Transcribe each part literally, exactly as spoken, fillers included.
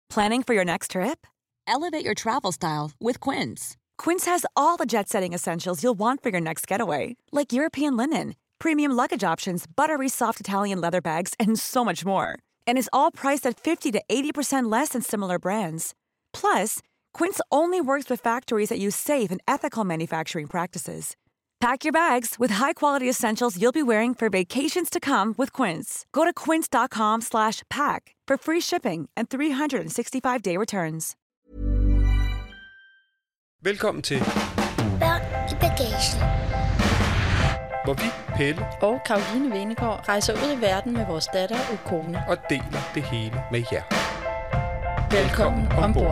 Planning for your next trip? Elevate your travel style with Quince. Quince has all the jet-setting essentials you'll want for your next getaway, like European linen, premium luggage options, buttery soft Italian leather bags, and so much more. And is all priced at fifty to eighty percent less than similar brands. Plus, Quince only works with factories that use safe and ethical manufacturing practices. Pack your bags with high-quality essentials you'll be wearing for vacations to come with Quince. Go to quince.com slash pack for free shipping and three sixty-five day returns. Velkommen til Børn i bagagen. Hvor vi, Pelle og Caroline Venegård rejser ud i verden med vores datter Ukone og deler det hele med jer. Velkommen, Velkommen ombord.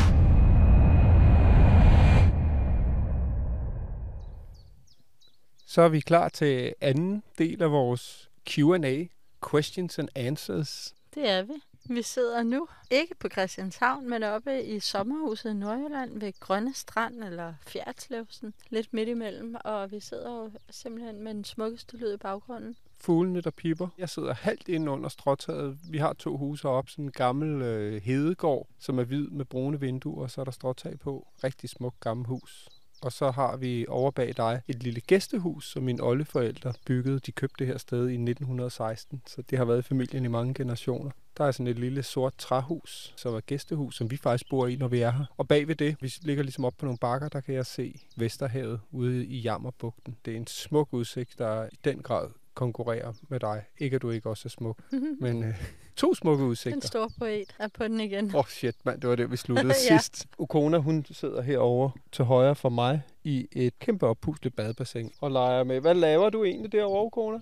Så er vi klar til anden del af vores Q and A, Questions and Answers. Det er vi. Vi sidder nu ikke på Christianshavn, men oppe i sommerhuset i Nordjylland ved Grønne Strand eller Fjertslevsen, lidt midt imellem, og vi sidder jo simpelthen med den smukkeste lyd i baggrunden. Fuglene, der pipper. Jeg sidder halvt inde under stråtaget. Vi har to huse heroppe, sådan en gammel øh, hedegård, som er hvid med brune vinduer, og så er der stråtag på. Rigtig smukt gammel hus. Og så har vi over bag dig et lille gæstehus, som mine oldeforældre byggede. De købte det her sted i nitten seksten, så det har været i familien i mange generationer. Der er sådan et lille sort træhus, som er gæstehus, som vi faktisk bor i, når vi er her. Og bag ved det, vi ligger ligesom op på nogle bakker, der kan jeg se Vesterhavet ude i Jammerbugten. Det er en smuk udsigt, der i den grad konkurrerer med dig. Ikke at du ikke også er smuk, men øh, to smukke udsigter. En stor poet er på den igen. Åh oh shit, mand, det var det, vi sluttede ja. sidst. Ukona, hun sidder herovre til højre for mig i et kæmpe oppustet badebassin og leger med. Hvad laver du egentlig derovre, Ukona?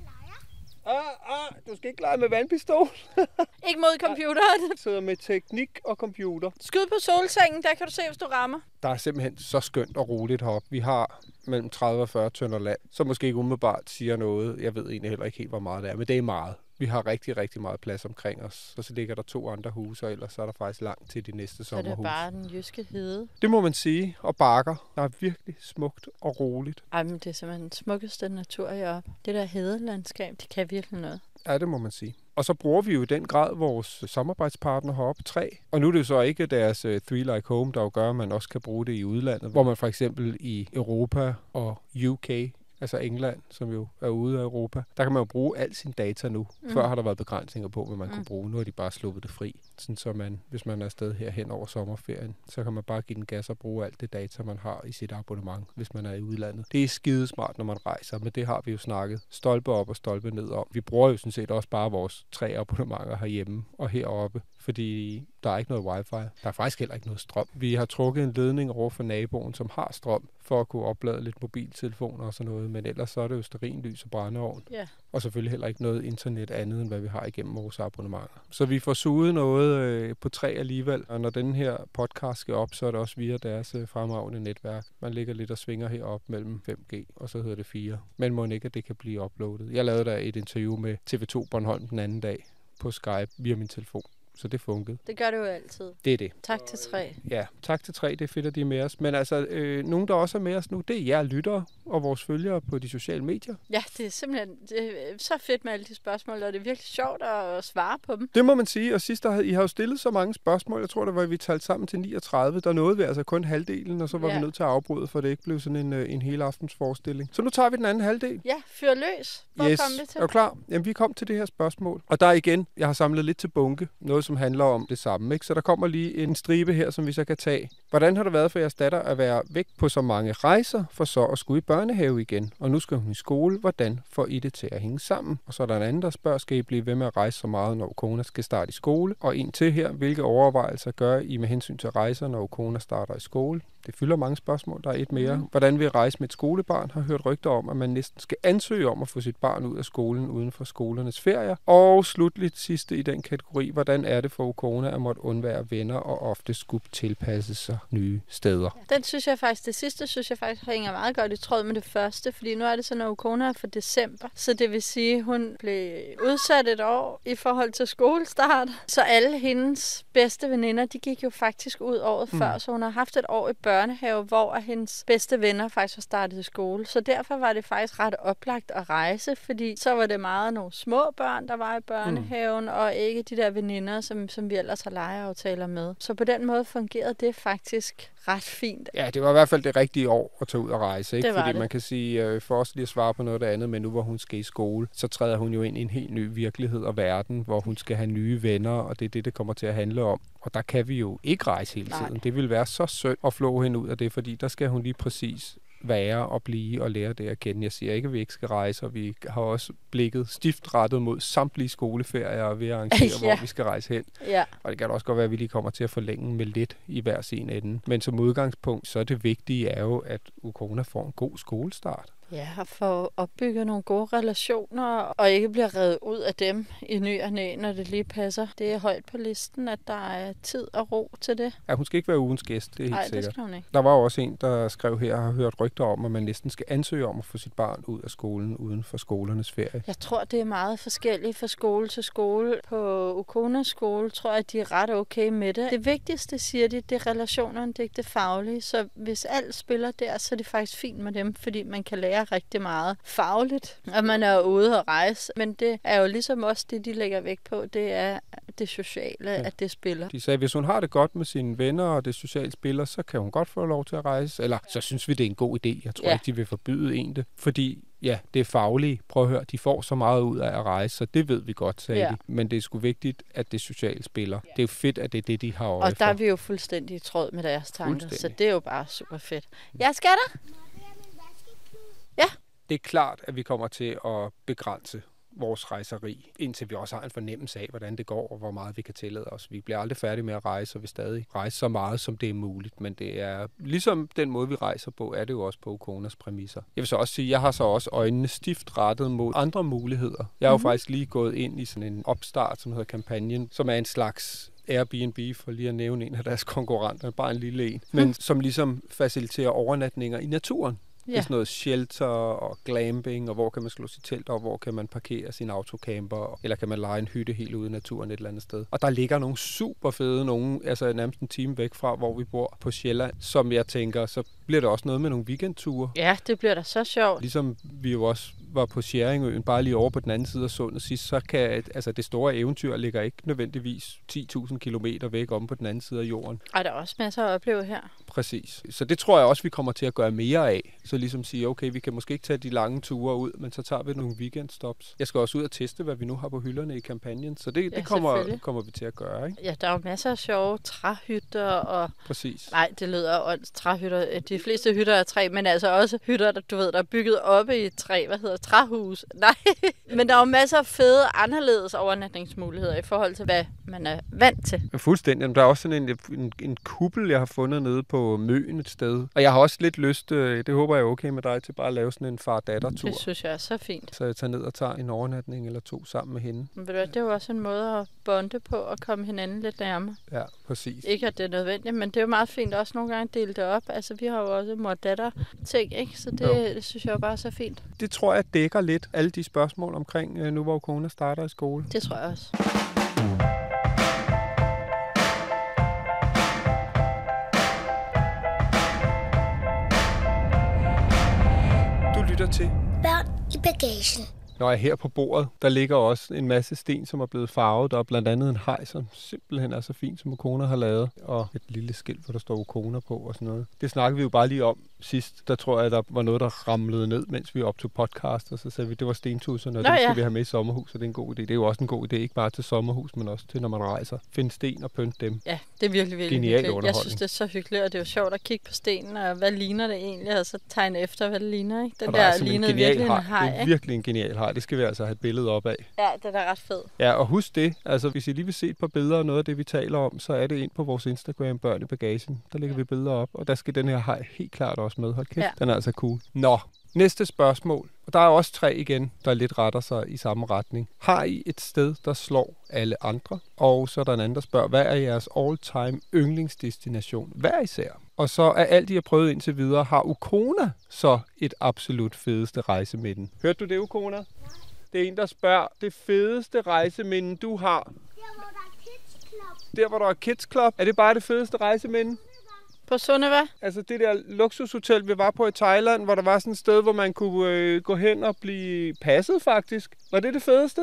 Ah, ah, du skal ikke lege med vandpistol. Ikke mod computeren. Sidder med teknik og computer. Skyd på solsengen, der kan du se, hvis du rammer. Der er simpelthen så skønt og roligt heroppe. Vi har mellem tredive og fyrre tønder land, som måske ikke umiddelbart siger noget. Jeg ved egentlig heller ikke helt, hvor meget det er, men det er meget. Vi har rigtig, rigtig meget plads omkring os. Og så ligger der to andre huse, og ellers så er der faktisk langt til de næste sommerhus. Så det er bare den jyske hede. Det må man sige. Og bakker. Der er virkelig smukt og roligt. Ej, men det er simpelthen den smukkeste natur heroppe. Det der hedelandskab, det kan virkelig noget. Ja, det må man sige. Og så bruger vi jo i den grad vores samarbejdspartner heroppe, Træ. Og nu er det jo så ikke deres uh, Three Like Home, der jo gør, at man også kan bruge det i udlandet. Hvor man for eksempel i Europa og U K, altså England, som jo er ude af Europa, der kan man jo bruge al sin data nu. Mm. Før har der været begrænsninger på, hvad man mm. kunne bruge. Nu har de bare sluppet det fri. Sådan så man, hvis man er afsted her hen over sommerferien, så kan man bare give den gas og bruge alt det data, man har i sit abonnement, hvis man er i udlandet. Det er skidesmart, når man rejser, men det har vi jo snakket stolpe op og stolpe ned om. Vi bruger jo sådan set også bare vores tre abonnementer herhjemme og heroppe, fordi der er ikke noget wifi. Der er faktisk heller ikke noget strøm. Vi har trukket en ledning over for naboen, som har strøm, for at kunne oplade lidt mobiltelefoner og sådan noget, men ellers så er det jo stearinlys og brændeovn. Yeah. Og selvfølgelig heller ikke noget internet andet, end hvad vi har igennem vores abonnementer. Så vi får suget noget øh, på Træ alligevel, og når den her podcast skal op, så er det også via deres øh, fremragende netværk. Man ligger lidt og svinger herop mellem fem G, og så hedder det fire. Men må ikke, at det kan blive uploadet. Jeg lavede der et interview med T V to Bornholm den anden dag på Skype via min telefon. Så det funkede. Det gør det jo altid. Det er det. Tak til Træ. Ja, tak til Træ. Det er fedt, at de er med os. Men altså, øh, nogen, der også er med os nu, det er jer lyttere og vores følgere på de sociale medier. Ja, det er simpelthen det er så fedt med alle de spørgsmål, og det er virkelig sjovt at svare på dem. Det må man sige. Og sidst, der havde, I har jo stillet så mange spørgsmål. Jeg tror, der var vi talt sammen til niogtredive. Der nåede vi altså kun halvdelen, og så var ja. vi nødt til at afbryde, for det ikke blev sådan en, en hele aftens forestilling. Så nu tager vi den anden halvdel. Ja, fyr løs. Hvor yes. kom vi til? Er du klar? Jamen, vi kom til det her spørgsmål. Og der igen, jeg har samlet lidt til bunke. Noget, som handler om det samme, ikke? Så der kommer lige en stribe her, som vi så kan tage. Hvordan har det været for jeres datter at være væk på så mange rejser, for så at skulle i børnehave igen? Og nu skal hun i skole. Hvordan får I det til at hænge sammen? Og så er der en anden, der spørger, skal I blive ved med at rejse så meget, når Ukona skal starte i skole? Og en til her, hvilke overvejelser gør I med hensyn til rejser, når Ukona starter i skole? Det fylder mange spørgsmål. Der er et mere. Hvordan vil I rejse med et skolebarn? Har hørt rygter om, at man næsten skal ansøge om at få sit barn ud af skolen uden for skolernes ferier. Og slutligt sidste i den kategori. Hvordan er det for Ukona at måtte undvære venner og ofte skulle tilpasse sig nye steder. Den synes jeg faktisk, det sidste synes jeg faktisk hænger meget godt i tråd med det første, fordi nu er det sådan, at Ukona er for december, så det vil sige, at hun blev udsat et år i forhold til skolestart. Så alle hendes bedste veninder, de gik jo faktisk ud året mm. før, så hun har haft et år i børnehave, hvor hendes bedste venner faktisk har startet i skole. Så derfor var det faktisk ret oplagt at rejse, fordi så var det meget nogle små børn, der var i børnehaven, mm. og ikke de der veninder, som, som vi ellers har legeaftaler med. Så på den måde fungerede det faktisk ret fint. Ja, det var i hvert fald det rigtige år at tage ud og rejse, ikke? Det var Fordi det. Man kan sige, øh, for os lige at svare på noget af det andet, men nu hvor hun skal i skole, så træder hun jo ind i en helt ny virkelighed og verden, hvor hun skal have nye venner, og det er det, det kommer til at handle om. Og der kan vi jo ikke rejse hele tiden. Nej. Det vil være så synd at flå hende ud af det, fordi der skal hun lige præcis være og blive og lære det at kende. Jeg siger ikke, at vi ikke skal rejse, og vi har også blikket stift rettet mod samtlige skoleferier og ved at arrangere, ja. hvor vi skal rejse hen. Ja. Og det kan også godt være, at vi lige kommer til at forlænge med lidt i hver sin ende. Men som udgangspunkt, så er det vigtige er jo, at Ukona får en god skolestart. Ja, og få opbygget nogle gode relationer, og ikke bliver revet ud af dem i ny og næ, når det lige passer. Det er højt på listen, at der er tid og ro til det. Ja, hun skal ikke være ugens gæst, det er helt Nej, sikkert. det skal hun ikke. Der var jo også en, der skrev her, og har hørt rygter om, at man næsten skal ansøge om at få sit barn ud af skolen uden for skolernes ferie. Jeg tror, det er meget forskelligt fra skole til skole. På Ukonas skole tror jeg, at de er ret okay med det. Det vigtigste, siger de, det er relationerne, det er ikke det faglige. Så hvis alt spiller der, så er det faktisk fint med dem, fordi man kan lære rigtig meget fagligt, og man er ude og rejse. Men det er jo ligesom også det, de lægger vægt på, det er det sociale, ja. At det spiller. De sagde, at hvis hun har det godt med sine venner, og det sociale spiller, så kan hun godt få lov til at rejse. Eller så synes vi, det er en god idé. Jeg tror ja. ikke, de vil forbyde en det. Fordi ja, det er faglige. Prøv at høre, de får så meget ud af at rejse, så det ved vi godt, sagde ja. de. Men det er sgu vigtigt, at det sociale spiller. Det er jo fedt, at det er det, de har øje for. Og der er vi jo fuldstændig i tråd med deres tanker, så det er jo bare super fedt. Jeg skal der? Ja. Det er klart, at vi kommer til at begrænse vores rejseri, indtil vi også har en fornemmelse af, hvordan det går, og hvor meget vi kan tillade os. Vi bliver aldrig færdige med at rejse, og vi stadig rejse så meget, som det er muligt. Men det er ligesom den måde, vi rejser på, er det jo også på Ukonas præmisser. Jeg vil så også sige, at jeg har så også øjnene stift rettet mod andre muligheder. Jeg har jo mm-hmm. faktisk lige gået ind i sådan en opstart, som hedder Kampagnen, som er en slags Airbnb, for lige at nævne en af deres konkurrenter, bare en lille en, men mm. som ligesom faciliterer overnatninger i naturen. Ja. Det er sådan noget shelter og glamping, og hvor kan man slå sit telt op, hvor kan man parkere sin autocamper, eller kan man leje en hytte helt ude i naturen et eller andet sted. Og der ligger nogle super fede, nogle, altså nærmest en time væk fra, hvor vi bor på Sjælland, som jeg tænker, så bliver det også noget med nogle weekendture. Ja, det bliver da så sjovt. Ligesom vi jo også var på Sjæringøen, bare lige over på den anden side af sundet sidst, så kan altså det store eventyr ligger ikke nødvendigvis ti tusind kilometer væk om på den anden side af jorden. Og der er også masser at opleve her. Præcis. Så det tror jeg også, vi kommer til at gøre mere af. Så ligesom sige, okay, vi kan måske ikke tage de lange ture ud, men så tager vi nogle weekendstops. Jeg skal også ud og teste, hvad vi nu har på hylderne i Kampagnen, så det, ja, det kommer, kommer vi til at gøre, ikke? Ja, der er jo masser af sjove træhytter og... Præcis. Nej, det lyder ånds træhytter. De fleste hytter er træ, men altså også hytter, der, du ved, der er bygget oppe i et træ. Hvad hedder træhus? Nej, men der er jo masser af fede, anderledes overnatningsmuligheder i forhold til, hvad man er vant til. Ja, fuldstændig. Der er også sådan en, en, en kuppel, jeg har fundet nede på Møen et sted. Og jeg har også lidt lyst, det håber jeg er okay med dig, til bare at lave sådan en far-datter-tur. Det synes jeg er så fint. Så jeg tager ned og tager en overnatning eller to sammen med hende. Men ved du hvad, det er jo også en måde at bonde på og komme hinanden lidt nærmere. Ja, præcis. Ikke at det er nødvendigt, men det er jo meget fint også nogle gange at dele det op. Altså vi har jo også mor-datter-ting, ikke? Så det, det synes jeg jo bare er så fint. Det tror jeg dækker lidt alle de spørgsmål omkring, nu hvor Ukona starter i skole. Det tror jeg også. Du lytter til Børn i bagagen. Når jeg her på bordet, der ligger også en masse sten, som er blevet farvet. Der er blandt andet en haj, som simpelthen er så fin, som Ukona har lavet. Og et lille skilt, hvor der står Ukona på og sådan noget. Det snakkede vi jo bare lige om sidst. Der tror jeg, der var noget, der ramlede ned, mens vi optog podcast. Og så sagde vi, det var stentudserne, og Nå, det skal ja. vi have med i sommerhus, og det er en god idé. Det er jo også en god idé, ikke bare til sommerhus, men også til, når man rejser. Find sten og pynt dem. Ja, det er virkelig, virkelig Genial hyggeligt. Jeg synes, underholdning. det er så hyggeligt, og det er jo sjovt at kigge på stenen, og hvad ligner det egentlig, og så tegne efter, hvad det ligner, ikke? Den Og der er der simpelthen lignede en genial virkelig en haj. haj, Det er ikke? virkelig en genial haj. Det skal vi altså have et billede op af. Ja, den er ret fed. Ja, og husk det, altså hvis I lige vil se et par billeder af noget af det, vi taler om, så er det ind på vores Instagram, Børn i bagagen. Der lægger vi billeder op, og der skal den her haj helt klart også med. Hold kæft, Ja. den er altså cool. Nå, næste spørgsmål, Og der er også tre igen, der lidt retter sig i samme retning. Har I et sted, der slår alle andre? Og så er der en anden, der spørger, hvad er jeres all-time yndlingsdestination hver især? Og så er alt, I har prøvet indtil videre, har Ukona så et absolut fedeste rejseminde? Hørte du det, Ukona? Det er en, der spørger, det fedeste rejseminde, du har? Der, hvor der er Kids Club. Der, hvor der er Kids Club. Er det bare det fedeste rejseminde? På Sundeva? Altså det der luksushotel, vi var på i Thailand, hvor der var sådan et sted, hvor man kunne øh, gå hen og blive passet faktisk. Var det det fedeste?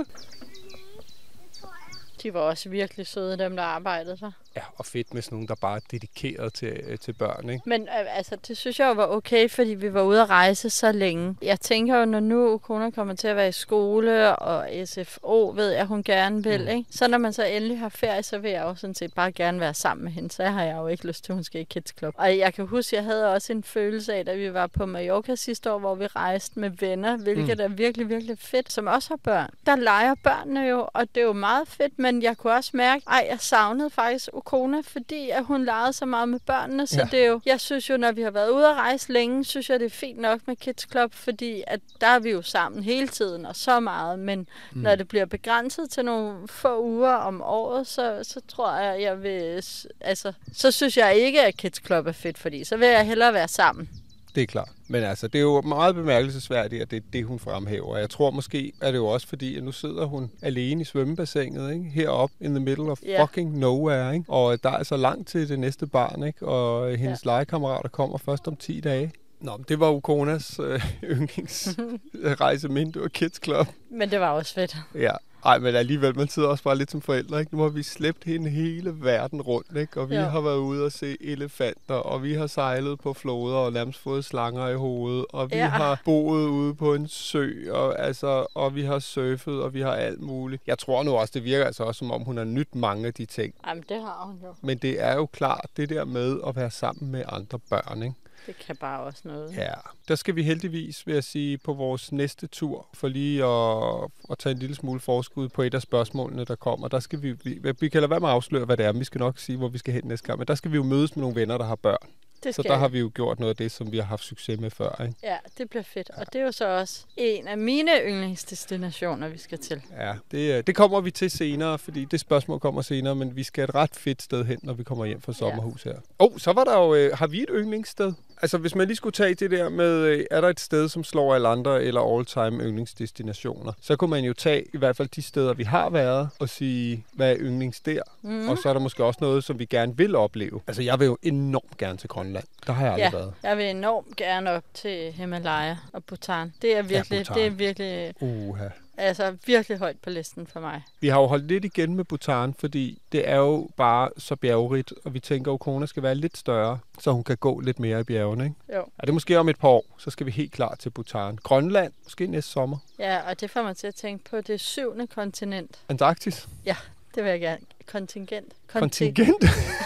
De var også virkelig søde, dem der arbejdede der. Ja, og fedt med sådan nogen, der bare er dedikeret til, øh, til børn, ikke? Men øh, altså, det synes jeg jo var okay, fordi vi var ude at rejse så længe. Jeg tænker jo, når nu Ukona kommer til at være i skole, og S F O ved jeg, hun gerne vil, mm. ikke? Så når man så endelig har ferie, så vil jeg jo sådan set bare gerne være sammen med hende. Så har jeg jo ikke lyst til, at hun skal i Kids Club. Og jeg kan huske, jeg havde også en følelse af, da vi var på Mallorca sidste år, hvor vi rejste med venner, hvilket mm. er virkelig, virkelig fedt, som også har børn. Der leger børnene jo, og det er jo meget fedt, men jeg kunne også mærke, at jeg savnede faktisk Ukona, fordi at hun legede så meget med børnene, så ja. det er jo, jeg synes jo, når vi har været ude at rejse længe, synes jeg, det er fint nok med Kids Club, fordi at der er vi jo sammen hele tiden, og så meget, men mm. når det bliver begrænset til nogle få uger om året, så, så tror jeg, jeg vil, altså, så synes jeg ikke, at Kids Club er fedt, fordi så vil jeg hellere være sammen. Det er klart. Men altså, det er jo meget bemærkelsesværdigt, at det er det, hun fremhæver. Og jeg tror måske, er det jo også fordi, at nu sidder hun alene i svømmebassinet, ikke? Heroppe in the middle of yeah. fucking nowhere, ikke? Og der er så langt til det næste barn, ikke? Og hendes ja. legekammerater kommer først om ti dage. Nå, det var Ukonas øh, yndlingsrejseminde, det var Kids Club. Men det var også fedt. Ja. Ej, men alligevel, man sidder også bare lidt som forældre, ikke? Nu har vi slæbt hende hele verden rundt, ikke? Og vi ja. har været ude og se elefanter, og vi har sejlet på floder og nærmest fået slanger i hovedet, og vi ja. har boet ude på en sø, og, altså, og vi har surfet, og vi har alt muligt. Jeg tror nu også, det virker altså også, som om hun har nydt mange af de ting. Jamen, det har hun jo. Men det er jo klart, det der med at være sammen med andre børn, ikke? Det kan bare også noget. Ja, der skal vi heldigvis, vil jeg sige, på vores næste tur, for lige at, at tage en lille smule forskud på et af spørgsmålene, der kommer. Der skal vi, vi, vi kan lade være med at afsløre, hvad det er, men vi skal nok sige, hvor vi skal hen næste gang. Men der skal vi jo mødes med nogle venner, der har børn. Så der har vi jo gjort noget af det, som vi har haft succes med før, ikke? Ja, det bliver fedt. Og det er jo så også en af mine yndlingsdestinationer, vi skal til. Ja, det, det kommer vi til senere, fordi det spørgsmål kommer senere, men vi skal et ret fedt sted hen, når vi kommer hjem fra sommerhus her. Åh, oh, så var der jo, har vi et yndlingssted? Altså, hvis man lige skulle tage det der med, er der et sted, som slår alle andre, eller all-time yndlingsdestinationer, så kunne man jo tage i hvert fald de steder, vi har været, og sige, hvad er yndlings der? Mm. Og så er der måske også noget, som vi gerne vil opleve. Altså, jeg vil jo enormt gerne til Grønland. Der har jeg aldrig ja, været. Jeg vil enormt gerne op til Himalaya og Bhutan. Det er virkelig, ja, det er virkelig... Uha. Altså virkelig højt på listen for mig. Vi har jo holdt lidt igen med Bhutan, fordi det er jo bare så bjergrigt, og vi tænker, at Ukona skal være lidt større, så hun kan gå lidt mere i bjergene, ikke? Jo. Er det måske om et par år, så skal vi helt klart til Bhutan. Grønland, måske næste sommer. Ja, og det får mig til at tænke på det syvende kontinent. Antarktis? Ja, det vil jeg gerne. Kontingent. Konti- Kontingent?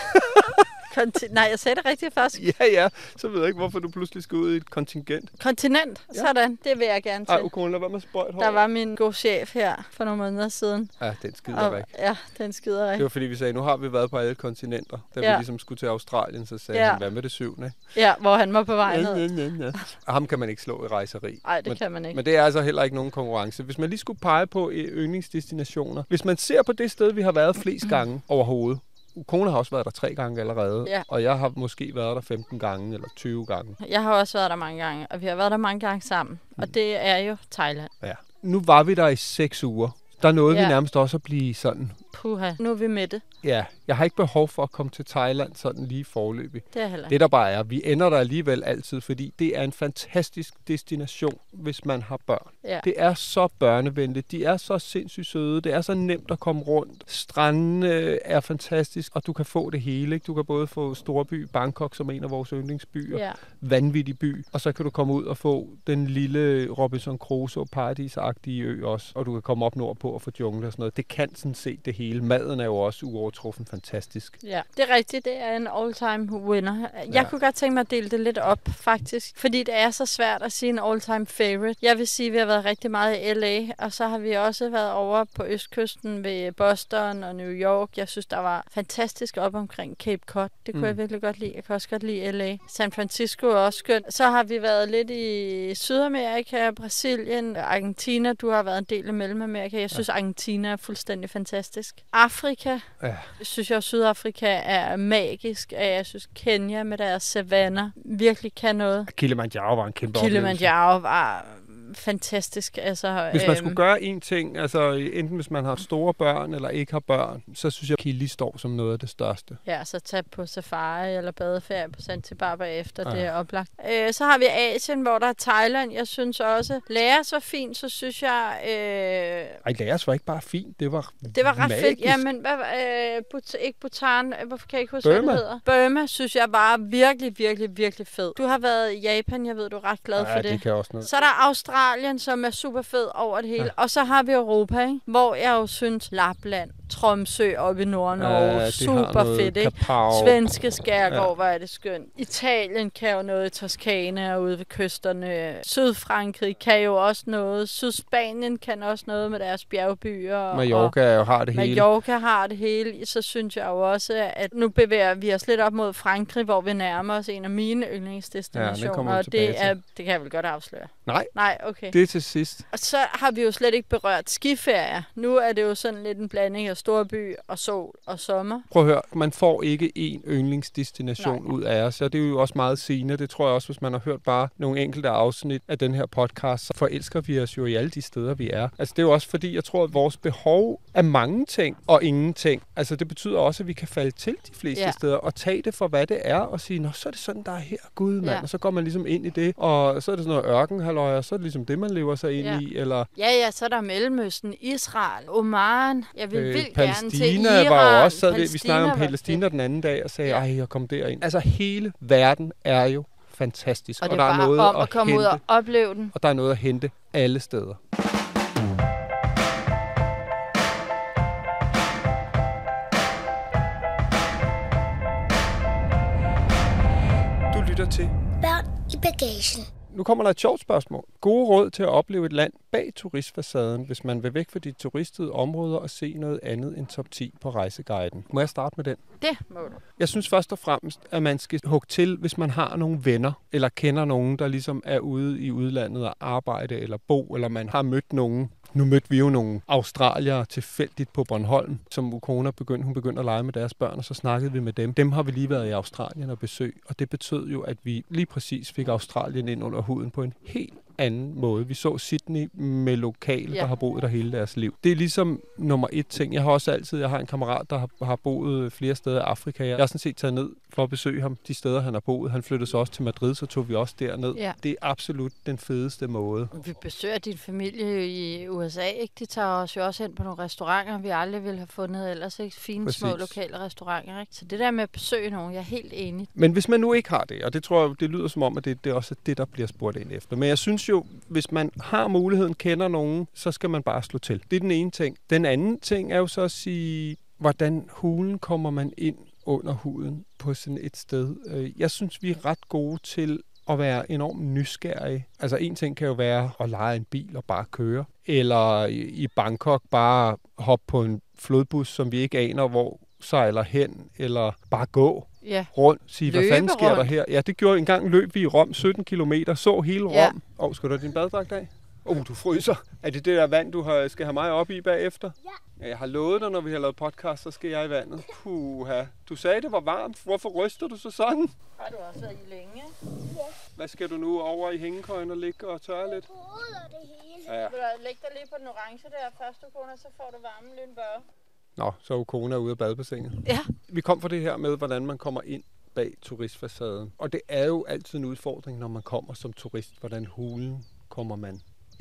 Konti- Nej, jeg sagde det rigtigt først. Ja, ja. Så ved jeg ikke, hvorfor du pludselig skal ud i et kontingent. Kontinent. Ja. Sådan. Det vil jeg gerne til. Ej, Ukona, lad være med at spøjt hår. Der var min gode chef her for nogle måneder siden. Ja, den skider væk. Ja, den skider væk. Det var fordi, vi sagde, nu har vi været på alle kontinenter. Da ja. vi ligesom skulle til Australien, så sagde ja. han, hvad med det syvende? Ja, hvor han var på vej ned. Ja, ja, ja. Og ham kan man ikke slå i rejseri. Nej, det men, kan man ikke. Men det er altså heller ikke nogen konkurrence. Hvis man lige skulle pege på yndlingsdestinationer. Hvis man ser på det sted, vi har været flest gange overhovedet. Ukona har også været der tre gange allerede, ja. og jeg har måske været der femten gange eller tyve gange. Jeg har også været der mange gange, og vi har været der mange gange sammen, mm. og det er jo Thailand. Ja. Nu var vi der i seks uger. Der nåede ja. vi nærmest også at blive sådan... Puha, nu er vi med det. Ja, jeg har ikke behov for at komme til Thailand sådan lige forløbig. Det er heller. Det der bare er, vi ender der alligevel altid, fordi det er en fantastisk destination, hvis man har børn. Ja. Det er så børnevenligt, de er så sindssygt søde, det er så nemt at komme rundt. Strandene er fantastisk, og du kan få det hele. Ikke? Du kan både få storby Bangkok, som er en af vores yndlingsbyer, ja. vanvittig by, og så kan du komme ud og få den lille Robinson Crusoe paradisagtige ø også, og du kan komme op nordpå og få jungle og sådan noget. Det kan sådan set det hele. Maden er jo også uovertruffen fantastisk. Ja, det er rigtigt. Det er en all-time winner. Jeg Ja. kunne godt tænke mig at dele det lidt op, faktisk. Fordi det er så svært at sige en all-time favorite. Jeg vil sige, at vi har været rigtig meget i L A, og så har vi også været over på østkysten ved Boston og New York. Jeg synes, der var fantastisk op omkring Cape Cod. Det kunne Mm. jeg virkelig godt lide. Jeg kan også godt lide L A. San Francisco er også skønt. Så har vi været lidt i Sydamerika, Brasilien, Argentina. Du har været en del af Mellemamerika. Jeg synes, ja. Argentina er fuldstændig fantastisk. Afrika. Ja. Jeg synes også, Sydafrika er magisk. Jeg synes, Kenya med deres savanner virkelig kan noget. Kilimanjaro var en kæmpe oplevelse. Kilimanjaro var fantastisk. Altså, Hvis man øhm, skulle gøre én ting, altså enten hvis man har store børn eller ikke har børn, så synes jeg, at Kili står som noget af det største. Ja, så tage på safari eller badeferie på Zanzibar bagefter, Ja. det er oplagt. Øh, så har vi Asien, hvor der er Thailand. Jeg synes også, Laos var fint, så synes jeg... Øh, Ej, Laos var ikke bare fint, det var det var ret magisk. fedt. Jamen, hvad, øh, But, ikke Bhutan, øh, hvorfor kan jeg ikke huske, Burma. hvad det hedder? Burma, synes jeg var virkelig, virkelig, virkelig fed. Du har været i Japan, jeg ved, du er ret glad Ja, for det. det kan også noget. Så er der Australien, som er super fed over det hele. Ja. Og så har vi Europa, ikke? Hvor jeg jo synes, Lapland, Tromsø oppe i Nord-Norge, Ja, de super har noget fedt, ikke? Kapau. Svenske skærgård, Ja. ja. Hvor er det skønt. Italien kan jo noget, Toskana og ude ved kysterne. Sydfrankrig kan jo også noget. Sydspanien kan også noget med deres bjergbyer. og- Mallorca jo har det hele. Mallorca har det hele. Så synes jeg jo også, at nu bevæger vi os lidt op mod Frankrig, hvor vi nærmer os en af mine Ja, yndlingsdestinationer. det kommer vi og tilbage det, til. er, det kan jeg vel godt afsløre. Nej, Nej, okay. det er til sidst. Og så har vi jo slet ikke berørt skiferier. Nu er det jo sådan lidt en blanding af storby og sol og sommer. Prøv at høre, man får ikke én yndlingsdestination Nej. ud af os, og det er jo også meget sigende. Det tror jeg også, hvis man har hørt bare nogle enkelte afsnit af den her podcast, så forelsker vi os jo i alle de steder, vi er. Altså det er jo også fordi, jeg tror, at vores behov er mange ting og ingenting. Altså det betyder også, at vi kan falde til de fleste Ja. steder og tage det for, hvad det er, og sige, nå, så er det sådan, der er her, Gud, mand. Ja. Og så går man ligesom ind i det, og så er det sådan noget ørkenhalløj, og så er det ligesom det, man lever sig ind Ja. i, eller Ja, ja, så er der Mellemøsten, Israel, Oman. Jeg vil Øh, vildt gerne til Palæstina Iran. var jo også, sad vi, vi snakkede om var Palæstina fedt. den anden dag og sagde, Ja. ej, jeg kom derind. Altså hele verden er jo fantastisk, Og og, det der er er bare noget om at, at komme hente, ud og opleve den. og der er noget at hente alle steder. Du lytter til. Børn i bagagen. Nu kommer der et sjovt spørgsmål. Gode råd til at opleve et land bag turistfacaden, hvis man vil væk fra de turistede områder og se noget andet end top ti på rejseguiden. Må jeg starte med den? Det må du. Jeg synes først og fremmest, at man skal hugge til, hvis man har nogle venner, eller kender nogen, der ligesom er ude i udlandet og arbejde eller bo, eller man har mødt nogen. Nu mødte vi jo nogle australiere tilfældigt på Bornholm, som Ukona begyndte, hun begyndte at lege med deres børn, og så snakkede vi med dem. Dem har vi lige været i Australien og besøg, og det betød jo, at vi lige præcis fik Australien ind under huden på en helt anden måde. Vi så Sydney med lokale, Ja. der har boet der hele deres liv. Det er ligesom nummer et ting. Jeg har også altid, jeg har en kammerat, der har, har boet flere steder i Afrika. Jeg har sådan set taget ned for at besøge ham de steder, han har boet. Han flyttede så også til Madrid, så tog vi også derned. Ja. Det er absolut den fedeste måde. Vi besøger din familie i U S A, ikke? De tager os jo også hen på nogle restauranter, vi aldrig ville have fundet ellers, ikke? Fine, Præcis. små lokale restauranter, ikke? Så det der med at besøge nogen, jeg er helt enig. Men hvis man nu ikke har det, og det tror jeg, det lyder som om, at det, det er også det, der bliver spurgt ind efter. Men jeg synes jo, hvis man har muligheden, kender nogen, så skal man bare slå til. Det er den ene ting. Den anden ting er jo så at sige, hvordan hulen kommer man ind under huden på sådan et sted. Jeg synes, vi er ret gode til at være enormt nysgerrige. Altså en ting kan jo være at leje en bil og bare køre. Eller i Bangkok bare hoppe på en flodbus, som vi ikke aner, hvor sejler hen. Eller bare gå Ja. rundt, sige, hvad Løbe fanden sker der rundt. her? Ja, det gjorde en gang løb vi i Rom, sytten kilometer, så hele Rom. Ja. Åh, oh, skal du have din baddragt af? Åh, oh, du fryser. Er det det der vand, du har, skal have mig op i bagefter? Ja. Ja, jeg har lovet dig, når vi har lavet podcast, så skal jeg i vandet. Puha. Du sagde, det var varmt. Hvorfor ryster du så sådan? Har du også været i længe? Hvad skal du nu over i hængekøjen og ligge og tørre lidt? Hovedet og det hele. Ja. Vil du lægge dig lige på den orange der første kone, så får du varmen lynbørge? Nå, så er Ukona ude af badebassinet. Ja. Vi kom fra det her med, hvordan man kommer ind bag turistfacaden. Og det er jo altid en udfordring, når man kommer som turist. Hvordan hulen kommer man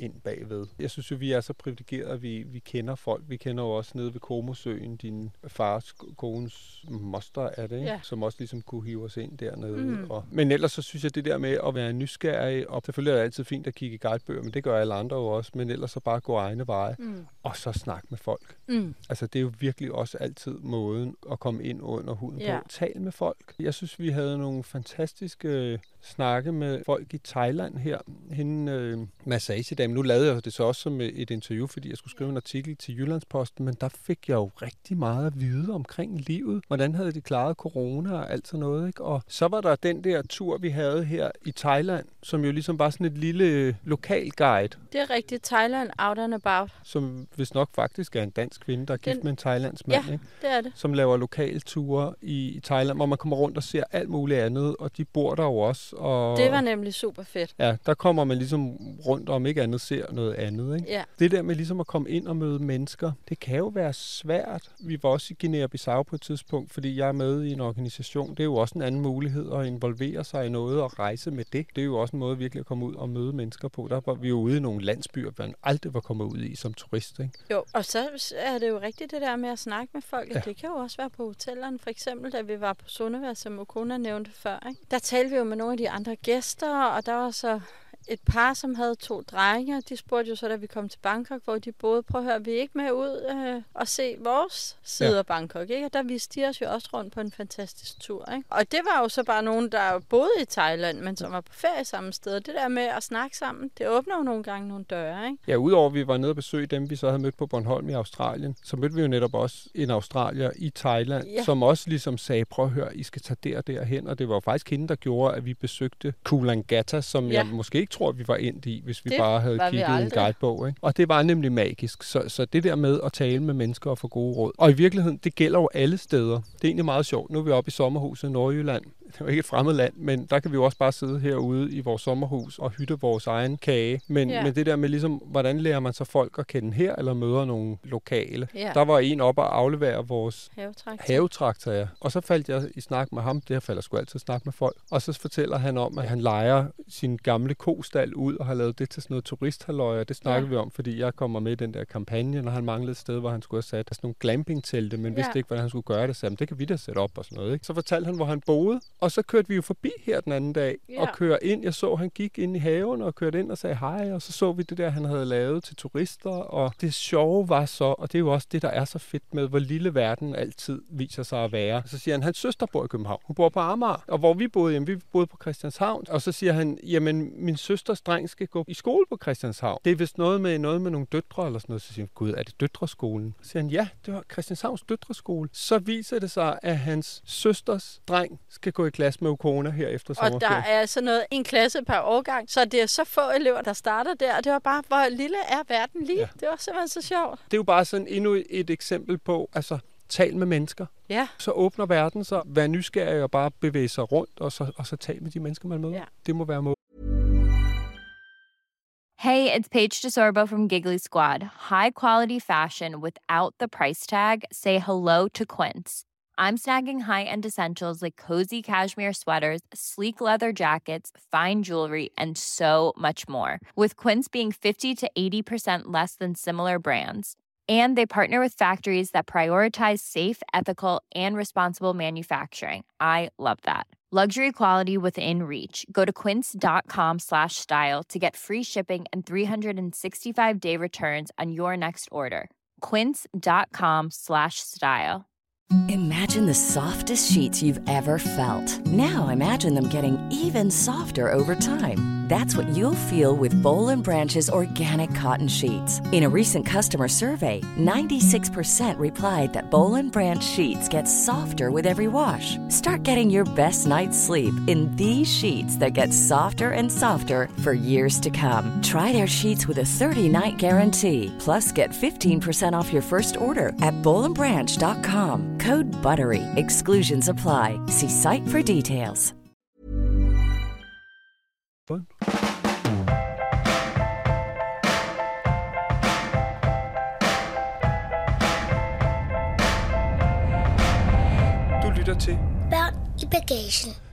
ind bagved. Jeg synes jo, vi er så privilegerede, at vi, vi kender folk. Vi kender jo også nede ved Komosøen, din fars kones moster er det, ikke? Ja. Som også ligesom kunne hive os ind dernede. Mm. Og, men ellers så synes jeg, det der med at være nysgerrig, og selvfølgelig er det altid fint at kigge i guidebøger, men det gør alle andre jo også, men ellers så bare gå egne veje, mm. og så snakke med folk. Mm. Altså det er jo virkelig også altid måden at komme ind under huden Ja. på. Tal med folk. Jeg synes, vi havde nogle fantastiske snakke med folk i Thailand her. Hende øh, massagedame. Nu lavede jeg det så også som et interview, fordi jeg skulle skrive en artikel til Jyllandsposten, men der fik jeg jo rigtig meget at vide omkring livet. Hvordan havde de klaret corona og alt sådan noget, ikke? Og så var der den der tur, vi havde her i Thailand, som jo ligesom var sådan et lille lokal guide. Det er rigtigt. Thailand out and about. Som vist nok faktisk er en dansk kvinde, der er gift Den... med en thailandsk mand, ja, ikke? det er det. Som laver lokalture i, i Thailand, hvor man kommer rundt og ser alt muligt andet, og de bor der jo også. Og Det var nemlig super fedt. ja, der kommer man ligesom rundt, og om ikke andet ser noget andet, ikke? Ja. Det der med ligesom at komme ind og møde mennesker, det kan jo være svært. Vi var også i Guinea-Bissau på et tidspunkt, fordi jeg er med i en organisation. Det er jo også en anden mulighed at involvere sig i noget og rejse med det. Det er jo også en måde virkelig at komme ud og møde mennesker på. Der var vi jo ude i nogle landsbyer, man aldrig var kommet ud i som turist, ikke? Jo, og så er det jo rigtigt det der med at snakke med folk. Ja. Ja. Det kan jo også være på hotellerne. For eksempel, da vi var på Sundevær, som Okona nævnte før, ikke? Der talte vi jo med nogle af de andre gæster, og der var så et par, som havde to drenge. De spurgte jo så, da vi kom til Bangkok, hvor de boede. Prøv at høre, vi er ikke med ud øh, og se vores side Ja. af Bangkok, ikke? Og der viste de os jo også rundt på en fantastisk tur, ikke? Og det var jo så bare nogen, der boede i Thailand, men som var på ferie samme sted. Det der med at snakke sammen, det åbner jo nogle gange nogle døre, ikke? Ja, udover at vi var nede og besøge dem, vi så havde mødt på Bornholm i Australien, så mødte vi jo netop også en australier i Thailand, Ja. som også ligesom sagde, prøv at høre, I skal tage der og derhen, og det var jo faktisk hende, der gjorde, at vi besøgte Coolangatta, som Ja. jeg måske ikke tror, vi var endt i, hvis vi Det bare havde var vi kigget i en aldrig. guidebog, ikke? Og det var nemlig magisk, så, så det der med at tale med mennesker og få gode råd. Og i virkeligheden, det gælder jo alle steder. Det er egentlig meget sjovt. Nu er vi oppe i sommerhuset i Nordjylland. Det er jo ikke et fremmed land, men der kan vi jo også bare sidde herude i vores sommerhus og hytte vores egen kage. Men, Ja. men det der med ligesom, hvordan lærer man så folk at kende her, eller møder nogle lokale? Ja. Der var en op og aflevere vores Havetraktor. havetraktor, ja. Og så faldt jeg i snak med ham. Det her falder sgu altid snak med folk. Og så fortæller han om, at han lejer sin gamle kostal ud og har lavet det til sådan noget turisthalløj. Det snakker Ja. vi om, fordi jeg kommer med i den der kampagne, når han manglede et sted, hvor han skulle have sat sådan nogle glamping-telte, men Ja. vidste ikke, hvordan han skulle gøre det. Så jamen, det kan vi da sætte op og sådan noget, ikke? Så fortalte han, hvor han boede, og så kørte vi jo forbi her den anden dag Ja. og kørte ind. Jeg så, han gik ind i haven og kørte ind og sagde hej, og så så vi det der, han havde lavet til turister, og det sjove var så, og det er jo også det, der er så fedt med, hvor lille verden altid viser sig at være. Så siger han, hans søster bor i København. Hun bor på Amager, og hvor vi boede, jamen, vi boede på Christianshavn. Og så siger han, jamen, min søsters dreng skal gå i skole på Christianshavn. Det er vist noget med noget med nogle døtre eller sådan noget. Så siger han, gud, er det døtreskolen? Så siger han, ja, det var Christianshavns døtreskole. Så viser det sig, at hans søsters dreng skal gå i klasse med Okona her efter Og der sommerferien. er sådan noget, en klasse per årgang, så det er så få elever, der starter der, og det var bare, hvor lille er verden lige. Ja. Ja. Det var simpelthen så sjovt. Det er jo bare sådan endnu et eksempel på, altså, tal med mennesker. Ja. Så åbner verden sig. Vær nysgerrig og bare bevæge sig rundt, og så, og så tal med de mennesker, man møder. Ja. Det må være målet. Hey, it's Paige DeSorbo from Giggly Squad. High quality fashion without the price tag. Say hello to Quince. I'm snagging high-end essentials like cozy cashmere sweaters, sleek leather jackets, fine jewelry, and so much more. With Quince being fifty to eighty percent less than similar brands. And they partner with factories that prioritize safe, ethical, and responsible manufacturing. I love that. Luxury quality within reach. Go to quince.com slash style to get free shipping and three sixty-five day returns on your next order. Quince.com slash style. Imagine the softest sheets you've ever felt. Now imagine them getting even softer over time. That's what you'll feel with Boll and Branch's organic cotton sheets. In a recent customer survey, ninety-six percent replied that Boll and Branch sheets get softer with every wash. Start getting your best night's sleep in these sheets that get softer and softer for years to come. Try their sheets with a thirty-night guarantee. Plus, get fifteen percent off your first order at boll and branch dot com. Code BUTTERY. Exclusions apply. See site for details. Du lytter til Børn i bagagen.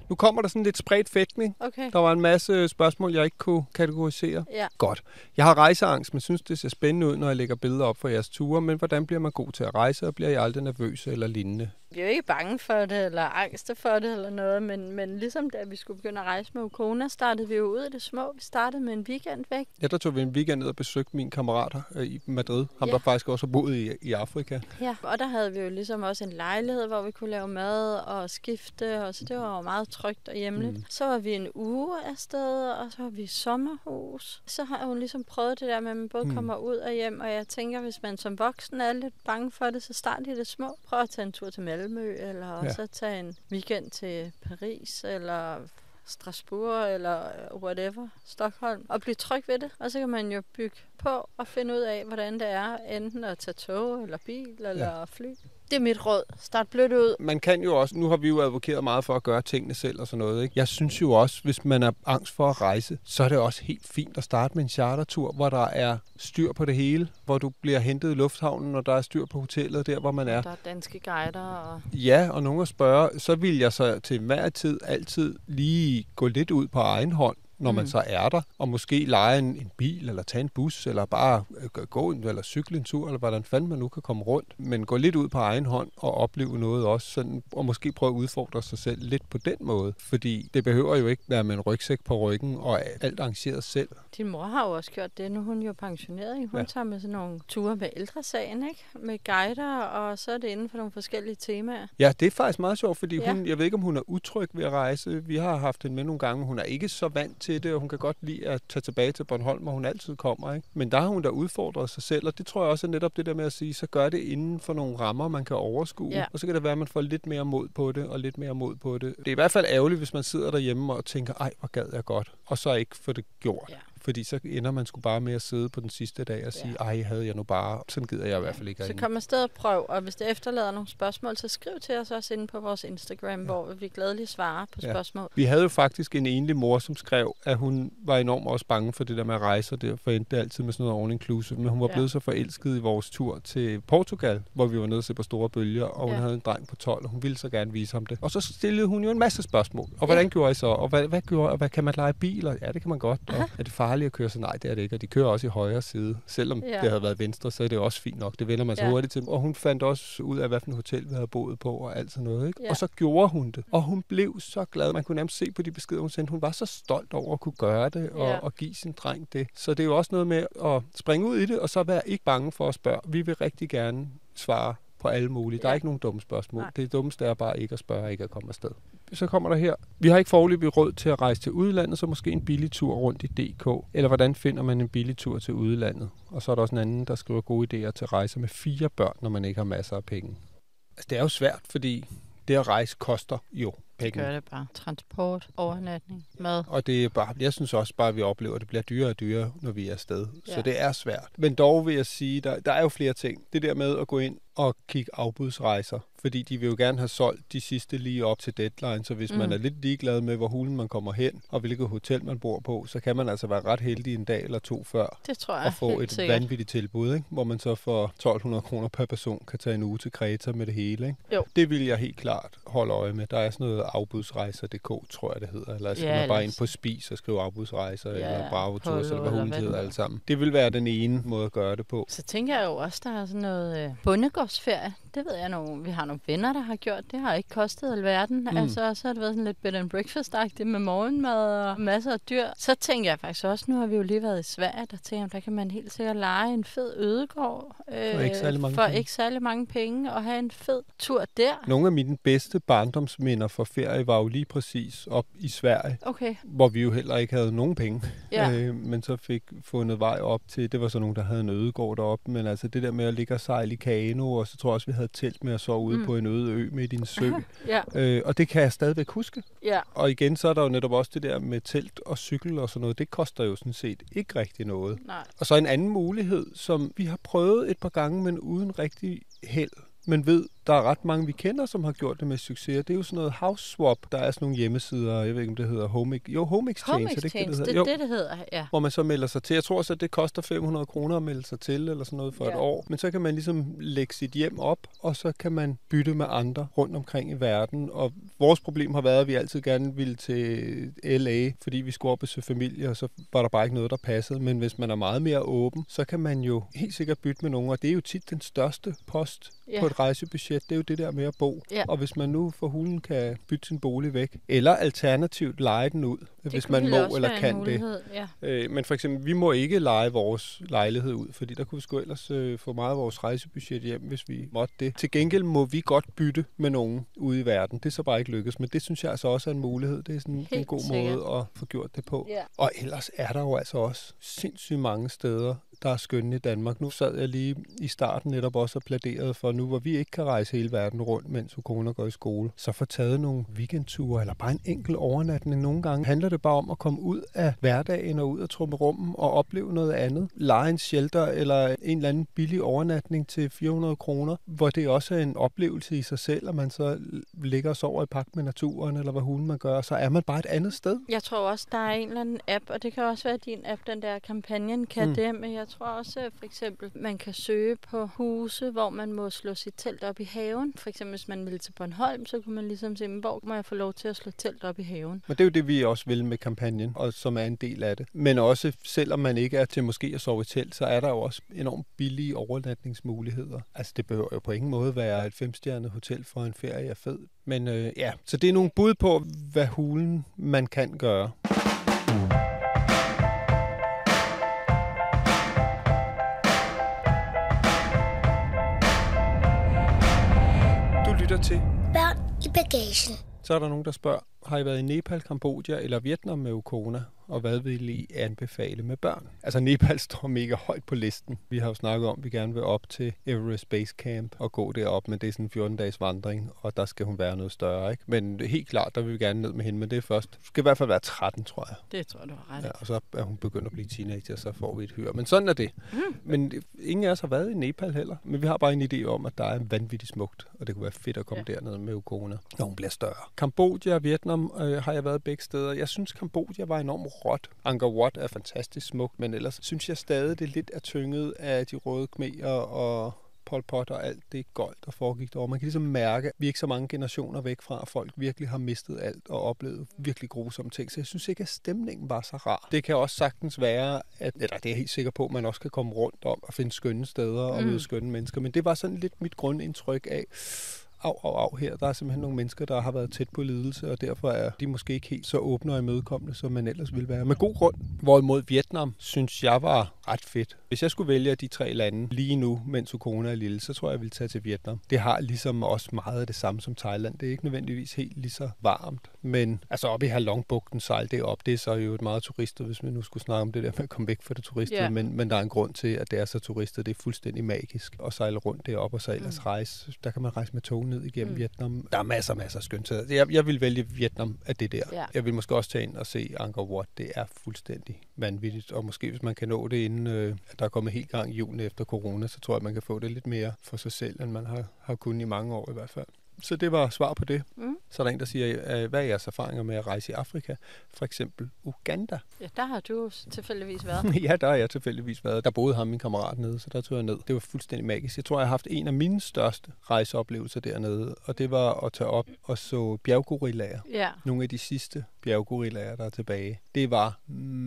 Nu kommer der sådan lidt spredt fægtning. Okay. Der var en masse spørgsmål, jeg ikke kunne kategorisere. Ja. Godt. Jeg har rejseangst, men synes, det ser spændende ud, når jeg lægger billeder op for jeres ture. Men hvordan bliver man god til at rejse, og bliver I aldrig nervøse eller lignende? Vi er jo ikke bange for det, eller angste for det, eller noget, men, men ligesom da vi skulle begynde at rejse med Ukona, startede vi jo ud af det små. Vi startede med en weekend væk. Ja, der tog vi en weekend ned og besøgte mine kammerater øh, i Madrid. Ham, Ja. der faktisk også har boet i, i Afrika. Ja, og der havde vi jo ligesom også en lejlighed, hvor vi kunne lave mad og skifte, og så det var jo meget trygt og hjemligt. Mm. Så var vi en uge afsted, og så var vi i sommerhus. Så har hun ligesom prøvet det der med, at man både Mm. kommer ud og hjem, og jeg tænker, hvis man som voksen er lidt bange for det, så start i det små. Prøv at tage en tur til Malmø, eller Ja. så tage en weekend til Paris, eller Strasbourg, eller whatever, Stockholm, og blive tryg ved det. Og så kan man jo bygge på og finde ud af, hvordan det er, enten at tage tog, eller bil, eller ja. fly. Det er mit råd. Start blødt ud. Man kan jo også, nu har vi jo advokeret meget for at gøre tingene selv og sådan noget, ikke? Jeg synes jo også, hvis man er angst for at rejse, så er det også helt fint at starte med en chartertur, hvor der er styr på det hele, hvor du bliver hentet i lufthavnen, og der er styr på hotellet der, hvor man er. Der er danske guider. Og... Ja, og nogen at spørge, så vil jeg så til hver tid altid lige gå lidt ud på egen hånd, når man mm. så er der, og måske lege en, en bil, eller tage en bus, eller bare øh, gå en, eller cykle en tur, eller hvordan fanden man nu kan komme rundt. Men gå lidt ud på egen hånd og opleve noget også, sådan, og måske prøve at udfordre sig selv lidt på den måde. Fordi det behøver jo ikke være med en rygsæk på ryggen, og alt arrangeret selv. Din mor har jo også gjort det. Nu er hun jo pensioneret. Ikke? Hun ja. tager med sådan nogle ture med ældresagen, ikke? Med guider, og så er det inden for nogle forskellige temaer. Ja, det er faktisk meget sjovt, fordi ja. hun, jeg ved ikke, om hun er utryg ved at rejse. Vi har haft hende med nogle gange. Hun er ikke så vant til det, og hun kan godt lide at tage tilbage til Bornholm, hvor hun altid kommer. Ikke? Men der har hun da udfordret sig selv, og det tror jeg også er netop det der med at sige, så gør det inden for nogle rammer, man kan overskue. Ja. Og så kan det være, at man får lidt mere mod på det, og lidt mere mod på det. Det er i hvert fald ærgerligt, hvis man sidder derhjemme og tænker, ej, hvor gad jeg godt, og så ikke få det gjort. Ja. Fordi så ender man sgu bare med at sidde på den sidste dag og sige, ja. ej, havde jeg nu bare. Sådan gider jeg i hvert fald ikke. Så kom afsted og prøv, og hvis det efterlader nogle spørgsmål, så skriv til os også inde på vores Instagram, ja. hvor vi gladeligt svarer på ja. spørgsmål. Vi havde jo faktisk en enlig mor, som skrev, at hun var enormt også bange for det der med at rejse, og derfor endte det altid med sådan noget all inclusive. Men hun var ja. blevet så forelsket i vores tur til Portugal, hvor vi var nede og se på store bølger, og hun ja. havde en dreng på tolv, og hun ville så gerne vise ham det. Og så stillede hun jo en masse spørgsmål. Og hvordan ja. gjorde I så? Og hvad, hvad gjorde? Og hvad kan man lege biler? Ja, det kan man godt. Og er det farligt at køre? Så nej, det er det ikke. Og de kører også i højre side. Selvom ja. det havde været venstre, så er det også fint nok. Det vender man så ja. hurtigt til. Og hun fandt også ud af, hvilken hotel vi havde boet på, og alt sådan noget. Ikke? Ja. Og så gjorde hun det. Og hun blev så glad. Man kunne nærmest se på de beskeder, hun sendte. Hun var så stolt over at kunne gøre det, og, ja. og give sin dreng det. Så det er jo også noget med at springe ud i det, og så være ikke bange for at spørge. Vi vil rigtig gerne svare på alle mulige. Ja. Der er ikke nogen dumme spørgsmål. Nej. Det dummeste er bare ikke at spørge, ikke at komme afsted. Så kommer der her. Vi har ikke foreløbig råd til at rejse til udlandet, så måske en billig tur rundt i D K. Eller hvordan finder man en billig tur til udlandet? Og så er der også en anden, der skriver gode idéer til rejser med fire børn, når man ikke har masser af penge. Altså, det er jo svært, fordi det at rejse koster jo penge. Det gør det bare. Transport, overnatning, mad. Og det er bare, jeg synes også bare, at vi oplever, at det bliver dyrere og dyrere, når vi er afsted. Ja. Så det er svært. Men dog vil jeg sige, der, der er jo flere ting. Det der med at gå ind og kigge afbudsrejser, fordi de vil jo gerne have solgt de sidste lige op til deadline, så hvis mm. man er lidt ligeglad med, hvor hulen man kommer hen, og hvilket hotel man bor på, så kan man altså være ret heldig en dag eller to før, det tror jeg, og få et sikkert. vanvittigt tilbud, ikke? Hvor man så for tolv hundrede kroner per person kan tage en uge til Kreta med det hele. Ikke? Jo. Det vil jeg helt klart holde øje med. Der er sådan noget afbudsrejser punktum d k, tror jeg det hedder, eller så ja, man bare ind på Spis og skrive afbudsrejser, ja, eller Bravo Tours, eller hvad hulen hedder alle sammen. Det vil være den ene måde at gøre det på. Så tænker jeg jo også, der er sådan noget øh, bondegårdsferie. Det ved jeg nogle, vi har nogle venner, der har gjort. Det har ikke kostet alverden. Mm. Altså, så har det været sådan lidt bed and breakfast-agtigt med morgenmad og masser af dyr. Så tænker jeg faktisk også, nu har vi jo lige været i Sverige, der tænker jeg, der kan man helt sikkert lege en fed ødegård øh, for, ikke særlig, mange for penge. ikke særlig mange penge og have en fed tur der. Nogle af mine bedste barndomsminder for ferie var jo lige præcis op i Sverige, okay. hvor vi jo heller ikke havde nogen penge, ja. øh, men så fik fundet vej op til, det var så nogen, der havde en ødegård deroppe, men altså det der med at ligge og sejle i kano, og så tror jeg også, vi havde telt med at sove ude mm. på en øde ø midt i en sø. ja. øh, og det kan jeg stadigvæk huske. Ja. Og igen, så er der jo netop også det der med telt og cykel og sådan noget. Det koster jo sådan set ikke rigtig noget. Nej. Og så en anden mulighed, som vi har prøvet et par gange, men uden rigtig held, men ved, der er ret mange, vi kender, som har gjort det med succes. Det er jo sådan noget house swap. Der er sådan nogle hjemmesider, jeg ved ikke, om det hedder Home, jo, Home Exchange. Home Exchange, er det, det, det, det, det hedder, ja. Hvor man så melder sig til. Jeg tror så, at det koster fem hundrede kroner at melde sig til, eller sådan noget for ja. et år. Men så kan man ligesom lægge sit hjem op, og så kan man bytte med andre rundt omkring i verden. Og vores problem har været, at vi altid gerne ville til L A, fordi vi skulle op besøge familie, og så var der bare ikke noget, der passede. Men hvis man er meget mere åben, så kan man jo helt sikkert bytte med nogen, og det er jo tit den største post ja. på et rejsebudget. Det er jo det der med at bo. Ja. Og hvis man nu for hulen kan bytte sin bolig væk, eller alternativt leje den ud, det hvis man må eller kan det. Ja. Øh, men for eksempel, vi må ikke leje vores lejlighed ud, fordi der kunne vi sgu ellers øh, få meget af vores rejsebudget hjem, hvis vi måtte det. Til gengæld må vi godt bytte med nogen ude i verden. Det er så bare ikke lykkes, men det synes jeg altså også er en mulighed. Det er sådan helt en god sikkert. måde at få gjort det på. Ja. Og ellers er der jo altså også sindssygt mange steder, der er skønne i Danmark. Nu sad jeg lige i starten netop også og pladerede for, nu hvor vi ikke kan rejse hele verden rundt, mens Ukona går i skole, så få taget nogle weekendture, eller bare en enkelt overnatning. Nogle gange handler det bare om at komme ud af hverdagen og ud af trummerummen og opleve noget andet. Leje en shelter eller en eller anden billig overnatning til fire hundrede kroner, hvor det også er en oplevelse i sig selv, og man så ligger og sover i pagt med naturen, eller hvad hulen man gør, så er man bare et andet sted. Jeg tror også, der er en eller anden app, og det kan også være din app, den der kampagnen kan mm. det, men jeg tror også for eksempel, man kan søge på huse, hvor man må slå sit telt op i haven. For eksempel, hvis man vil til Bornholm, så kunne man ligesom se, hvor må jeg få lov til at slå telt op i haven. Men det er jo det, vi også vil med kampagnen, og som er en del af det. Men også, selvom man ikke er til måske at sove i telt, så er der jo også enormt billige overnatningsmuligheder. Altså, det behøver jo på ingen måde være et femstjernet hotel for en ferie er fed. Men øh, ja, så det er nogle bud på, hvad hulen man kan gøre. Til. Børn i bagagen. Så er der nogen, der spørger, har I været i Nepal, Kambodja eller Vietnam med Ukona? Og hvad vil I anbefale med børn? Altså Nepal står mega højt på listen. Vi har jo snakket om, at vi gerne vil op til Everest Base Camp og gå derop, men det er sådan en fjorten-dages vandring, og der skal hun være noget større, ikke? Men helt klart, der vil vi gerne ned med hende, men det er først. Du skal i hvert fald være tretten, tror jeg. Det tror jeg, du har ret. Ja, og så er hun begyndt at blive teenager, så får vi et hyr. Men sådan er det. Mm. Men ingen af os har været i Nepal heller. Men vi har bare en idé om, at der er vanvittigt smukt, og det kunne være fedt at komme ja. derned med Ukona, når hun bliver større. Kambodja og Vietnam øh, har jeg været begge steder. Jeg synes, Kambodja var enormt råt. Angkor Wat er fantastisk smukt, men ellers synes jeg stadig, det lidt er tynget af de røde khmerer og Pol Pot og alt det gold, der foregik derovre. Man kan ligesom mærke, at vi er ikke så mange generationer væk fra, at folk virkelig har mistet alt og oplevet virkelig grusomme ting. Så jeg synes ikke, at stemningen var så rar. Det kan også sagtens være, at eller det er jeg helt sikker på, at man også kan komme rundt om og finde skønne steder og møde mm. skønne mennesker. Men det var sådan lidt mit grundindtryk af, Au, au, au, her. Der er simpelthen nogle mennesker, der har været tæt på lidelse, og derfor er de måske ikke helt så åbne og imødekommende, som man ellers ville være. Med god grund. Hvorimod Vietnam, synes jeg, var ret fedt. Hvis jeg skulle vælge de tre lande lige nu, mens Ukona er lille, så tror jeg, jeg ville tage til Vietnam. Det har ligesom også meget af det samme som Thailand. Det er ikke nødvendigvis helt lige så varmt. Men altså oppe i Halongbugten sejl det op, det er så jo et meget turistet, hvis vi nu skulle snakke om det der med at komme væk fra det turistede. Yeah. Men, men der er en grund til, at det er så turistet. Det er fuldstændig magisk at sejle rundt deroppe og så ellers mm. rejse. Der kan man rejse med tog ned igennem mm. Vietnam. Der er masser og masser af skønheder. Jeg, jeg vil vælge Vietnam af det der. Yeah. Jeg vil måske også tage ind og se Angkor Wat. Det er fuldstændig vanvittigt. Og måske hvis man kan nå det inden øh, at der er kommet helt gang i julen efter corona, så tror jeg, at man kan få det lidt mere for sig selv, end man har, har kunnet i mange år i hvert fald. Så det var svar på det. Mm. Så er der en, der siger, hvad er jeres erfaringer med at rejse i Afrika? For eksempel Uganda. Ja, der har du tilfældigvis været. Ja, der har jeg tilfældigvis været. Der boede ham min kammerat nede, så der tog jeg ned. Det var fuldstændig magisk. Jeg tror, jeg har haft en af mine største rejseoplevelser dernede, og det var at tage op og så bjerggorillaer. Ja. Nogle af de sidste bjerggorillaer, der er tilbage. Det var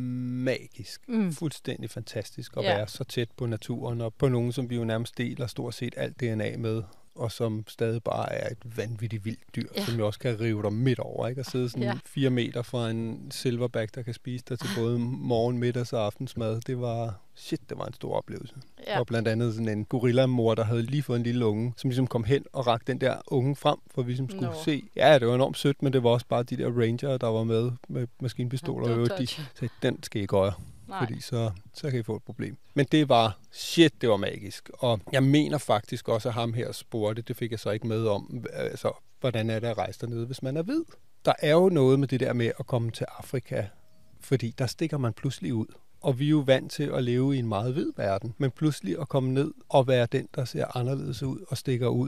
magisk. Mm. Fuldstændig fantastisk at ja. være så tæt på naturen, og på nogen, som vi jo nærmest deler stort set alt D N A med, og som stadig bare er et vanvittigt vildt dyr, ja. som jo også kan rive dig midt over, ikke? Og sidde sådan ja. fire meter fra en silverback, der kan spise dig til både morgen, middags og aftensmad. Det var, shit, det var en stor oplevelse. Ja. Og blandt andet sådan en gorillamor, der havde lige fået en lille unge, som ligesom kom hen og rakte den der unge frem, for vi ligesom skulle no. se. Ja, det var enormt sødt, men det var også bare de der ranger, der var med med maskinpistoler. Ja, og de sagde, den skal I gøre. Nej. Fordi så, så kan I få et problem. Men det var, shit, det var magisk. Og jeg mener faktisk også, at ham her spurgte, det fik jeg så ikke med om, altså, hvordan er det at rejse dernede, hvis man er hvid? Der er jo noget med det der med at komme til Afrika, fordi der stikker man pludselig ud. Og vi er jo vant til at leve i en meget hvid verden, men pludselig at komme ned og være den, der ser anderledes ud og stikker ud,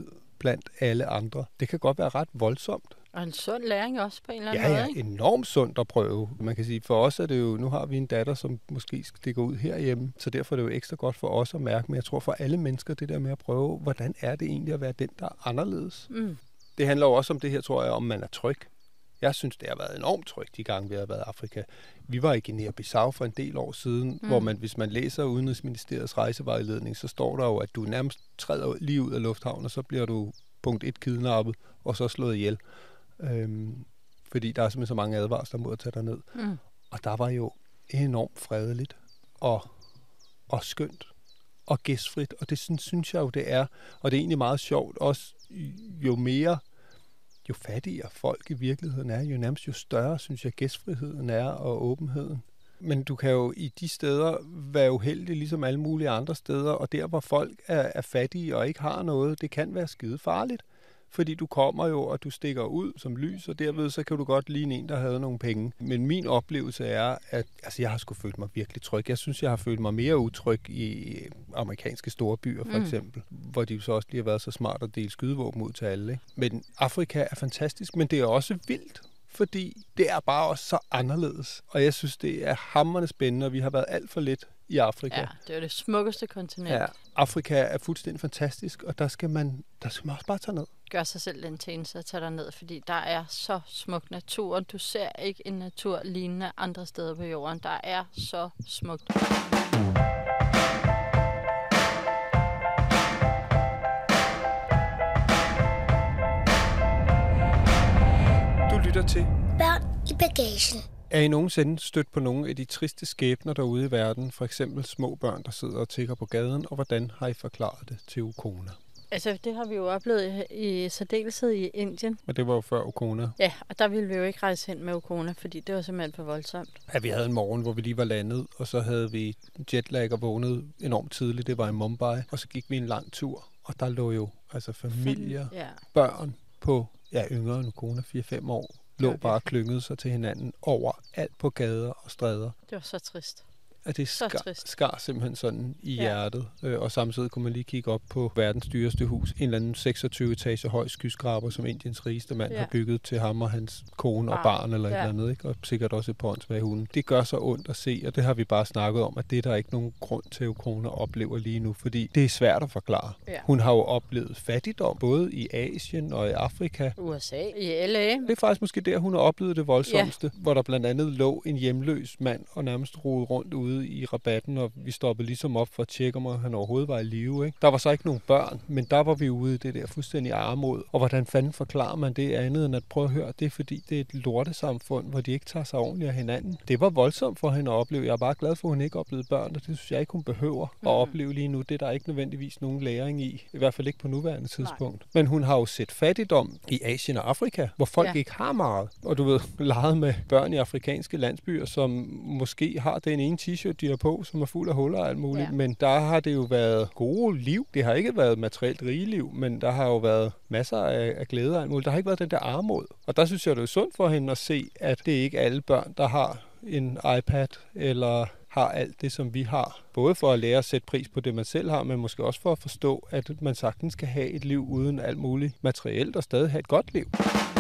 blandt alle andre. Det kan godt være ret voldsomt. Og en sund læring også på en eller anden Ja, måde, ja, ikke? enormt sundt at prøve. Man kan sige, for os er det jo, nu har vi en datter, som måske stikker ud herhjemme, så derfor er det jo ekstra godt for os at mærke, men jeg tror for alle mennesker, det der med at prøve, hvordan er det egentlig at være den, der er anderledes? Mm. Det handler jo også om det her, tror jeg, om man er tryg. Jeg synes, det har været enormt trygt de gange, vi har været i Afrika. Vi var i Guinea-Bissau for en del år siden, mm. hvor man, hvis man læser Udenrigsministeriets rejsevejledning, så står der jo, at du nærmest træder lige ud af lufthavnen, og så bliver du punkt et kidnappet, og så slået ihjel. Øhm, fordi der er simpelthen så mange advarsler mod at tage dig ned. Mm. Og der var jo enormt fredeligt og, og skønt og gæstfrit, og det sådan, synes jeg jo, det er. Og det er egentlig meget sjovt, også jo mere, jo fattigere folk i virkeligheden er, jo nærmest jo større, synes jeg, gæstfriheden er og åbenheden. Men du kan jo i de steder være uheldig, ligesom alle mulige andre steder, og der, hvor folk er, er fattige og ikke har noget, det kan være skide farligt. Fordi du kommer jo, og du stikker ud som lys, og derved så kan du godt ligne en, der havde nogle penge. Men min oplevelse er, at altså, jeg har sgu følt mig virkelig tryg. Jeg synes, jeg har følt mig mere utryg i amerikanske storbyer, for mm. eksempel. Hvor de jo så også lige har været så smart at dele skydevåben ud til alle. Ikke? Men Afrika er fantastisk, men det er også vildt. Fordi det er bare også så anderledes. Og jeg synes, det er hamrende spændende, og vi har været alt for lidt i Afrika. Ja, det er det smukkeste kontinent. Ja, Afrika er fuldstændig fantastisk, og der skal man, der skal man også bare tage ned. Gør sig selv den tjeneste at tage dig ned, fordi der er så smuk natur. Du ser ikke en natur lignende andre steder på jorden. Der er så smukt. Du lytter til Børn i bagagen. Er I nogensinde stødt på nogle af de triste skæbner derude i verden, for eksempel små børn, der sidder og tigger på gaden, og hvordan har I forklaret det til Ukona? Altså, det har vi jo oplevet i særdeleshed i Indien. Men det var jo før Ukona. Ja, og der ville vi jo ikke rejse hen med Ukona, fordi det var simpelthen for voldsomt. Ja, vi havde en morgen, hvor vi lige var landet, og så havde vi jetlag og vågnet enormt tidligt. Det var i Mumbai, og så gik vi en lang tur, og der lå jo altså familier, ja. børn på ja, yngre end Ukona, fire fem år, lå okay. bare klynget sig til hinanden over alt på gader og stræder. Det var så trist. At det så skar, skar simpelthen sådan i ja. hjertet. Øh, og samtidig kunne man lige kigge op på verdens dyreste hus. En eller anden seksogtyve etager høj skyskraber, som Indiens rigeste mand ja. har bygget til ham og hans kone barn. og barn eller ja. et eller andet. Ikke? Og sikkert også et par åndsvage hunde. Det gør så ondt at se, og det har vi bare snakket om, at det er der ikke nogen grund til, at Ukona oplever lige nu. Fordi det er svært at forklare. Ja. Hun har jo oplevet fattigdom, både i Asien og i Afrika. U S A, i L A. Det er faktisk måske der, hun har oplevet det voldsomste. Ja. Hvor der blandt andet lå en hjemløs mand og nærmest rodede rundt ude i rabatten, og vi stoppede ligesom op for at tjekke, om han overhovedet var i live. Ikke? Der var så ikke nogen børn, men der var vi ude i det der fuldstændig armod. Og hvordan fanden forklarer man det andet, end at prøve at høre, det er fordi, det er et lortesamfund, hvor de ikke tager sig ordentligt af hinanden. Det var voldsomt for hende at opleve. Jeg er bare glad for, at hun ikke oplevede børn, og det synes jeg ikke, hun behøver mm. at opleve lige nu. Det er der ikke nødvendigvis nogen læring i, i hvert fald ikke på nuværende tidspunkt. Nej. Men hun har jo set fattigdom i Asien og Afrika, hvor folk ja. ikke har meget. Og du ved, leget med børn i afrikanske landsbyer, som måske har den ene t-shirt, de har på, som er fuld af huller og alt muligt. Ja. Men der har det jo været gode liv. Det har ikke været materielt rige liv, men der har jo været masser af, af glæde og alt muligt. Der har ikke været den der armod. Og der synes jeg, det er sundt for hende at se, at det ikke er alle børn, der har en iPad eller har alt det, som vi har. Både for at lære at sætte pris på det, man selv har, men måske også for at forstå, at man sagtens kan have et liv uden alt muligt materielt og stadig have et godt liv.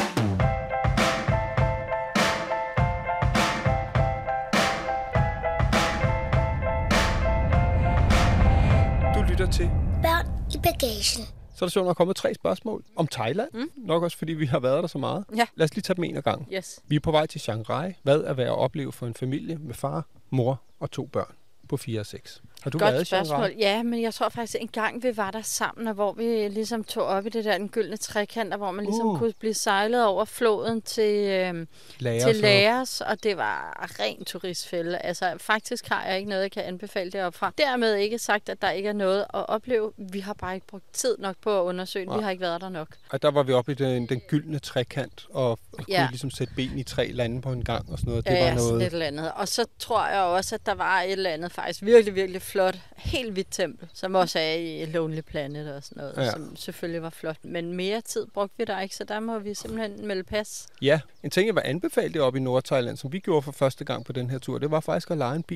Lytter til Børn i bagagen. Så er der sjovt, der er kommet tre spørgsmål om Thailand. Mm. Nok også, fordi vi har været der så meget. Ja. Lad os lige tage dem en ad gang. Yes. Vi er på vej til Chiang Rai. Hvad er værd at opleve for en familie med far, mor og to børn på fire og seks? Har du Godt været i Chiang Rai? Spørgsmål. Ja, men jeg tror faktisk, en gang vi var der sammen, og hvor vi ligesom tog op i det der den gyldne trekant, hvor man ligesom uh. kunne blive sejlet over floden til, øhm, til Laos, og det var ren turistfælde. Altså faktisk har jeg ikke noget, jeg kan anbefale deroppe fra. Dermed ikke sagt, at der ikke er noget at opleve. Vi har bare ikke brugt tid nok på at undersøge den. Vi har ikke været der nok. Og der var vi oppe i den, den gyldne trekant, og, og ja. kunne ligesom sætte ben i tre lande på en gang og sådan noget. Det ja, var noget... et eller andet. Og så tror jeg også, at der var et eller andet faktisk virkelig, virkelig flot, helt hvidt tempel, som også er i Lonely Planet og sådan noget, ja. som selvfølgelig var flot. Men mere tid brugte vi der ikke, så der må vi simpelthen melde pas. Ja, en ting, jeg var anbefalet deroppe i Nordthailand, som vi gjorde for første gang på den her tur, det var faktisk at leje en bil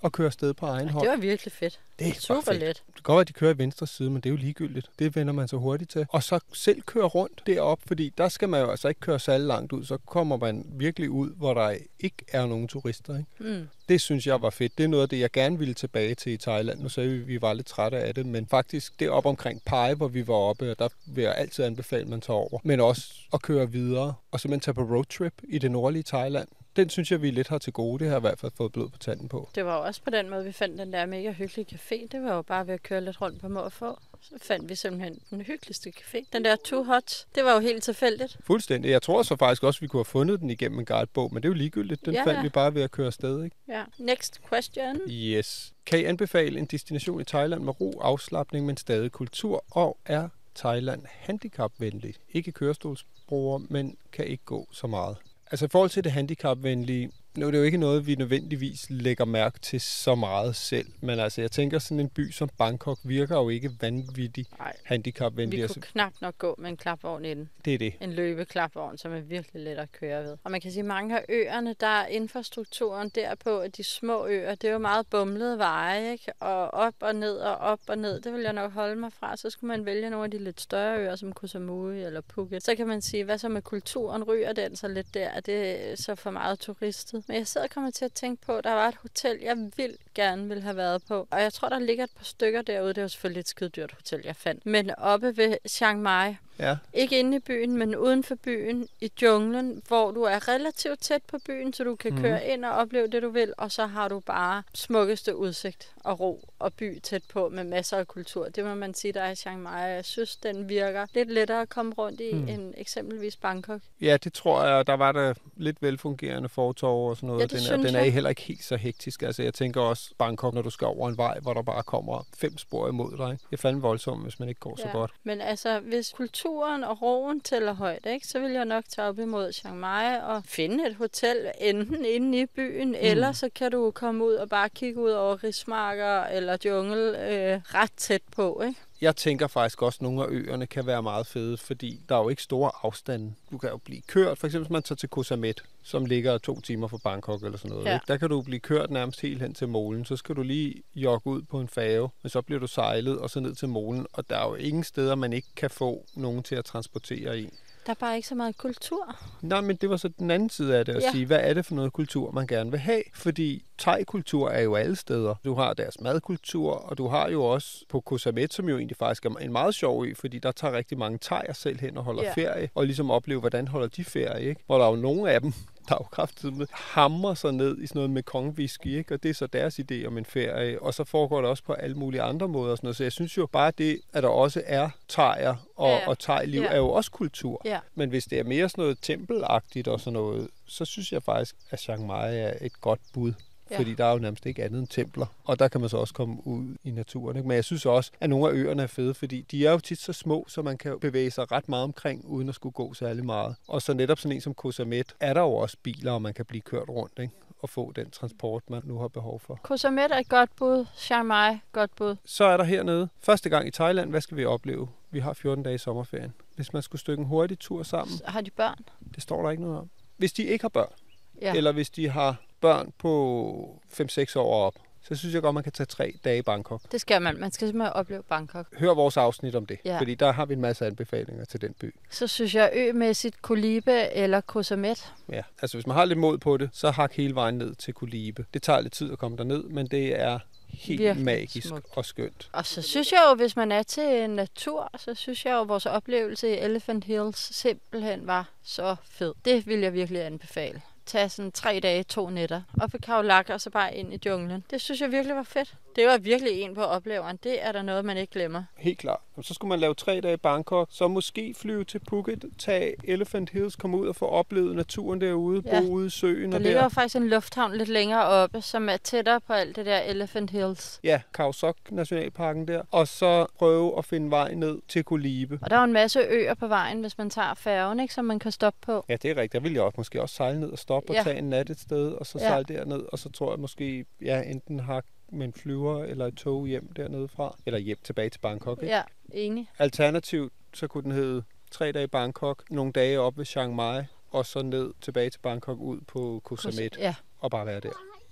og køre afsted på egen Ja, hånd. det var virkelig fedt. Det er super fedt. let. Det kan godt være, at de kører i venstre side, men det er jo ligegyldigt. Det vender man så hurtigt til. Og så selv køre rundt derop, fordi der skal man jo altså ikke køre særlig langt ud. Så kommer man virkelig ud, hvor der ikke er nogen turister. Ikke? Mm. Det synes jeg var fedt. Det er noget af det, jeg gerne ville tilbage til i Thailand. Nu sagde vi, at vi var lidt trætte af det, men faktisk deroppe omkring Pai, hvor vi var oppe, og der vil jeg altid anbefale, at man tager over. Men også at køre videre og simpelthen tage på roadtrip i det nordlige Thailand. Den synes jeg, vi lidt har til gode. Det har jeg i hvert fald fået blod på tanden på. Det var også på den måde, vi fandt den der mega hyggelige café. Det var jo bare ved at køre lidt rundt på må og få. Så fandt vi simpelthen den hyggeligste café. Den der Too Hot, det var jo helt tilfældigt. Fuldstændig. Jeg tror så faktisk også, at vi kunne have fundet den igennem en guidebog, men det er jo ligegyldigt. Den Ja, fandt ja. vi bare ved at køre afsted, ikke? Ja. Next question. Yes. Kan I anbefale en destination i Thailand med ro, afslapning, men stadig kultur? Og er Thailand handicapvenlig? Ikke kørestolsbrugere, men kan ikke gå så meget. Altså i forhold til det handicapvenlige, nu er det jo ikke noget, vi nødvendigvis lægger mærke til så meget selv. Men altså, jeg tænker, sådan en by som Bangkok virker jo ikke vanvittigt Nej, handicapvenlig. vi Altså, kunne knap nok gå med en klapvogn i den. det er det. En løbeklapvogn, som er virkelig let at køre ved. Og man kan sige, at mange af øerne, der er infrastrukturen derpå, at de små øer, det er jo meget bumlede veje, ikke? Og op og ned og op og ned, det vil jeg nok holde mig fra. Så skulle man vælge nogle af de lidt større øer, som Koh Samui eller Phuket. Så kan man sige, hvad så med kulturen? Ryger den så lidt der? Er det så for meget turistet? Men jeg sidder og kommer til at tænke på, at der var et hotel, jeg vildt gerne ville have været på. Og jeg tror, der ligger et par stykker derude. Det er jo selvfølgelig et skide dyrt hotel, jeg fandt. Men oppe ved Chiang Mai. Ja. Ikke inde i byen, men uden for byen, i junglen, hvor du er relativt tæt på byen, så du kan Mhm. køre ind og opleve det, du vil. Og så har du bare smukkeste udsigt og ro og by tæt på med masser af kultur. Det må man sige, der er i Chiang Mai. Jeg synes, den virker lidt lettere at komme rundt i Mm. end eksempelvis Bangkok. Ja, det tror jeg. Der var der lidt velfungerende fortov og sådan noget. Ja, det den er, synes den er jeg. heller ikke helt så hektisk. Altså, jeg tænker også Bangkok, når du skal over en vej, hvor der bare kommer fem spor imod dig. Ikke? Det er fandme voldsomt, hvis man ikke går så godt. Men altså, hvis kulturen og roen tæller højt, ikke, så vil jeg nok tage op imod Chiang Mai og finde et hotel, enten inde i byen, mm. eller så kan du komme ud og bare kigge ud over rismarker eller jungle øh, ret tæt på, ikke? Jeg tænker faktisk også, at nogle af øerne kan være meget fede, fordi der er jo ikke store afstande. Du kan jo blive kørt, for eksempel hvis man tager til Koh Samet, som ligger to timer fra Bangkok eller sådan noget. Ja. Ikke? Der kan du blive kørt nærmest helt hen til molen. Så skal du lige jogge ud på en færge, men så bliver du sejlet og så ned til molen. Og der er jo ingen steder, man ikke kan få nogen til at transportere i. Der er bare ikke så meget kultur. Nej, men det var så den anden side af det, at Ja. sige, hvad er det for noget kultur, man gerne vil have? Fordi thai-kultur er jo alle steder. Du har deres madkultur, og du har jo også på Koh Samet, som jo egentlig faktisk er en meget sjov ø, fordi der tager rigtig mange thaier selv hen og holder Ja. ferie, og ligesom opleve, hvordan holder de ferie, ikke? Hvor der er jo nogle af dem, der er jo kraftigt hamrer sig ned i sådan noget med kongewhisky, ikke? Og det er så deres idé om en ferie. Og så foregår det også på alle mulige andre måder. Og sådan noget. Så jeg synes jo bare det, at der også er thaier og, Ja. og thai-liv, Ja. er jo også kultur. Ja. Men hvis det er mere sådan noget tempelagtigt og sådan noget, så synes jeg faktisk, at Chiang Mai er et godt bud. Ja. Fordi der er jo nærmest ikke andet end templer. Og der kan man så også komme ud i naturen. Ikke? Men jeg synes også, at nogle af øerne er fede, fordi de er jo tit så små, så man kan bevæge sig ret meget omkring, uden at skulle gå særlig meget. Og så netop sådan en som Koh Samet, er der jo også biler, og man kan blive kørt rundt, ikke? Og få den transport, man nu har behov for. Koh Samet er et godt bud. Chiang Mai, godt bud. Så er der hernede, første gang i Thailand, hvad skal vi opleve? Vi har fjorten dage i sommerferien. Hvis man skulle stykke en hurtig tur sammen, Har de børn? det står der ikke noget om. Hvis de ikke har børn, Ja. eller hvis de har børn på fem seks år op, så synes jeg godt, man kan tage tre dage i Bangkok. Det skal man. Man skal simpelthen opleve Bangkok. Hør vores afsnit om det, Ja. fordi der har vi en masse anbefalinger til den by. Så synes jeg ømæssigt Koh Lipe eller Koh Samet. Ja, altså hvis man har lidt mod på det, så hak hele vejen ned til Koh Lipe. Det tager lidt tid at komme derned, men det er helt Virkelig magisk smukt. og skønt. Og så synes jeg jo, hvis man er til natur, så synes jeg jo, at vores oplevelse i Elephant Hills simpelthen var så fed. Det vil jeg virkelig anbefale. Tage sådan tre dage, to nætter, op i Khao Lak og så bare ind i junglen. Det synes jeg virkelig var fedt. Det var virkelig en på opleveren. Det er der noget, man ikke glemmer. Helt klart. Så skulle man lave tre dage i Bangkok, så måske flyve til Phuket, tage Elephant Hills, komme ud og få oplevet naturen derude, Ja. bo ude i søen. Der og ligger der. jo faktisk en lufthavn lidt længere oppe, som er tættere på alt det der Elephant Hills. Ja, Khao Sok Nationalparken der. Og så prøve at finde vej ned til Koh Lipe. Og der er jo en masse øer på vejen, hvis man tager færgen, ikke, som man kan stoppe på. Ja, det er rigtigt. Der vil jeg også måske også sejle ned og stoppe og Ja. tage en nat et sted, og så Ja. sejle derned. Og så tror jeg måske, ja, enten har med en flyver eller et tog hjem dernede fra. Eller hjem tilbage til Bangkok. Ikke? Ja, enig. Alternativt, så kunne den hedde tre dage i Bangkok, nogle dage op ved Chiang Mai, og så ned tilbage til Bangkok ud på Koh Samet Ja. og bare være der.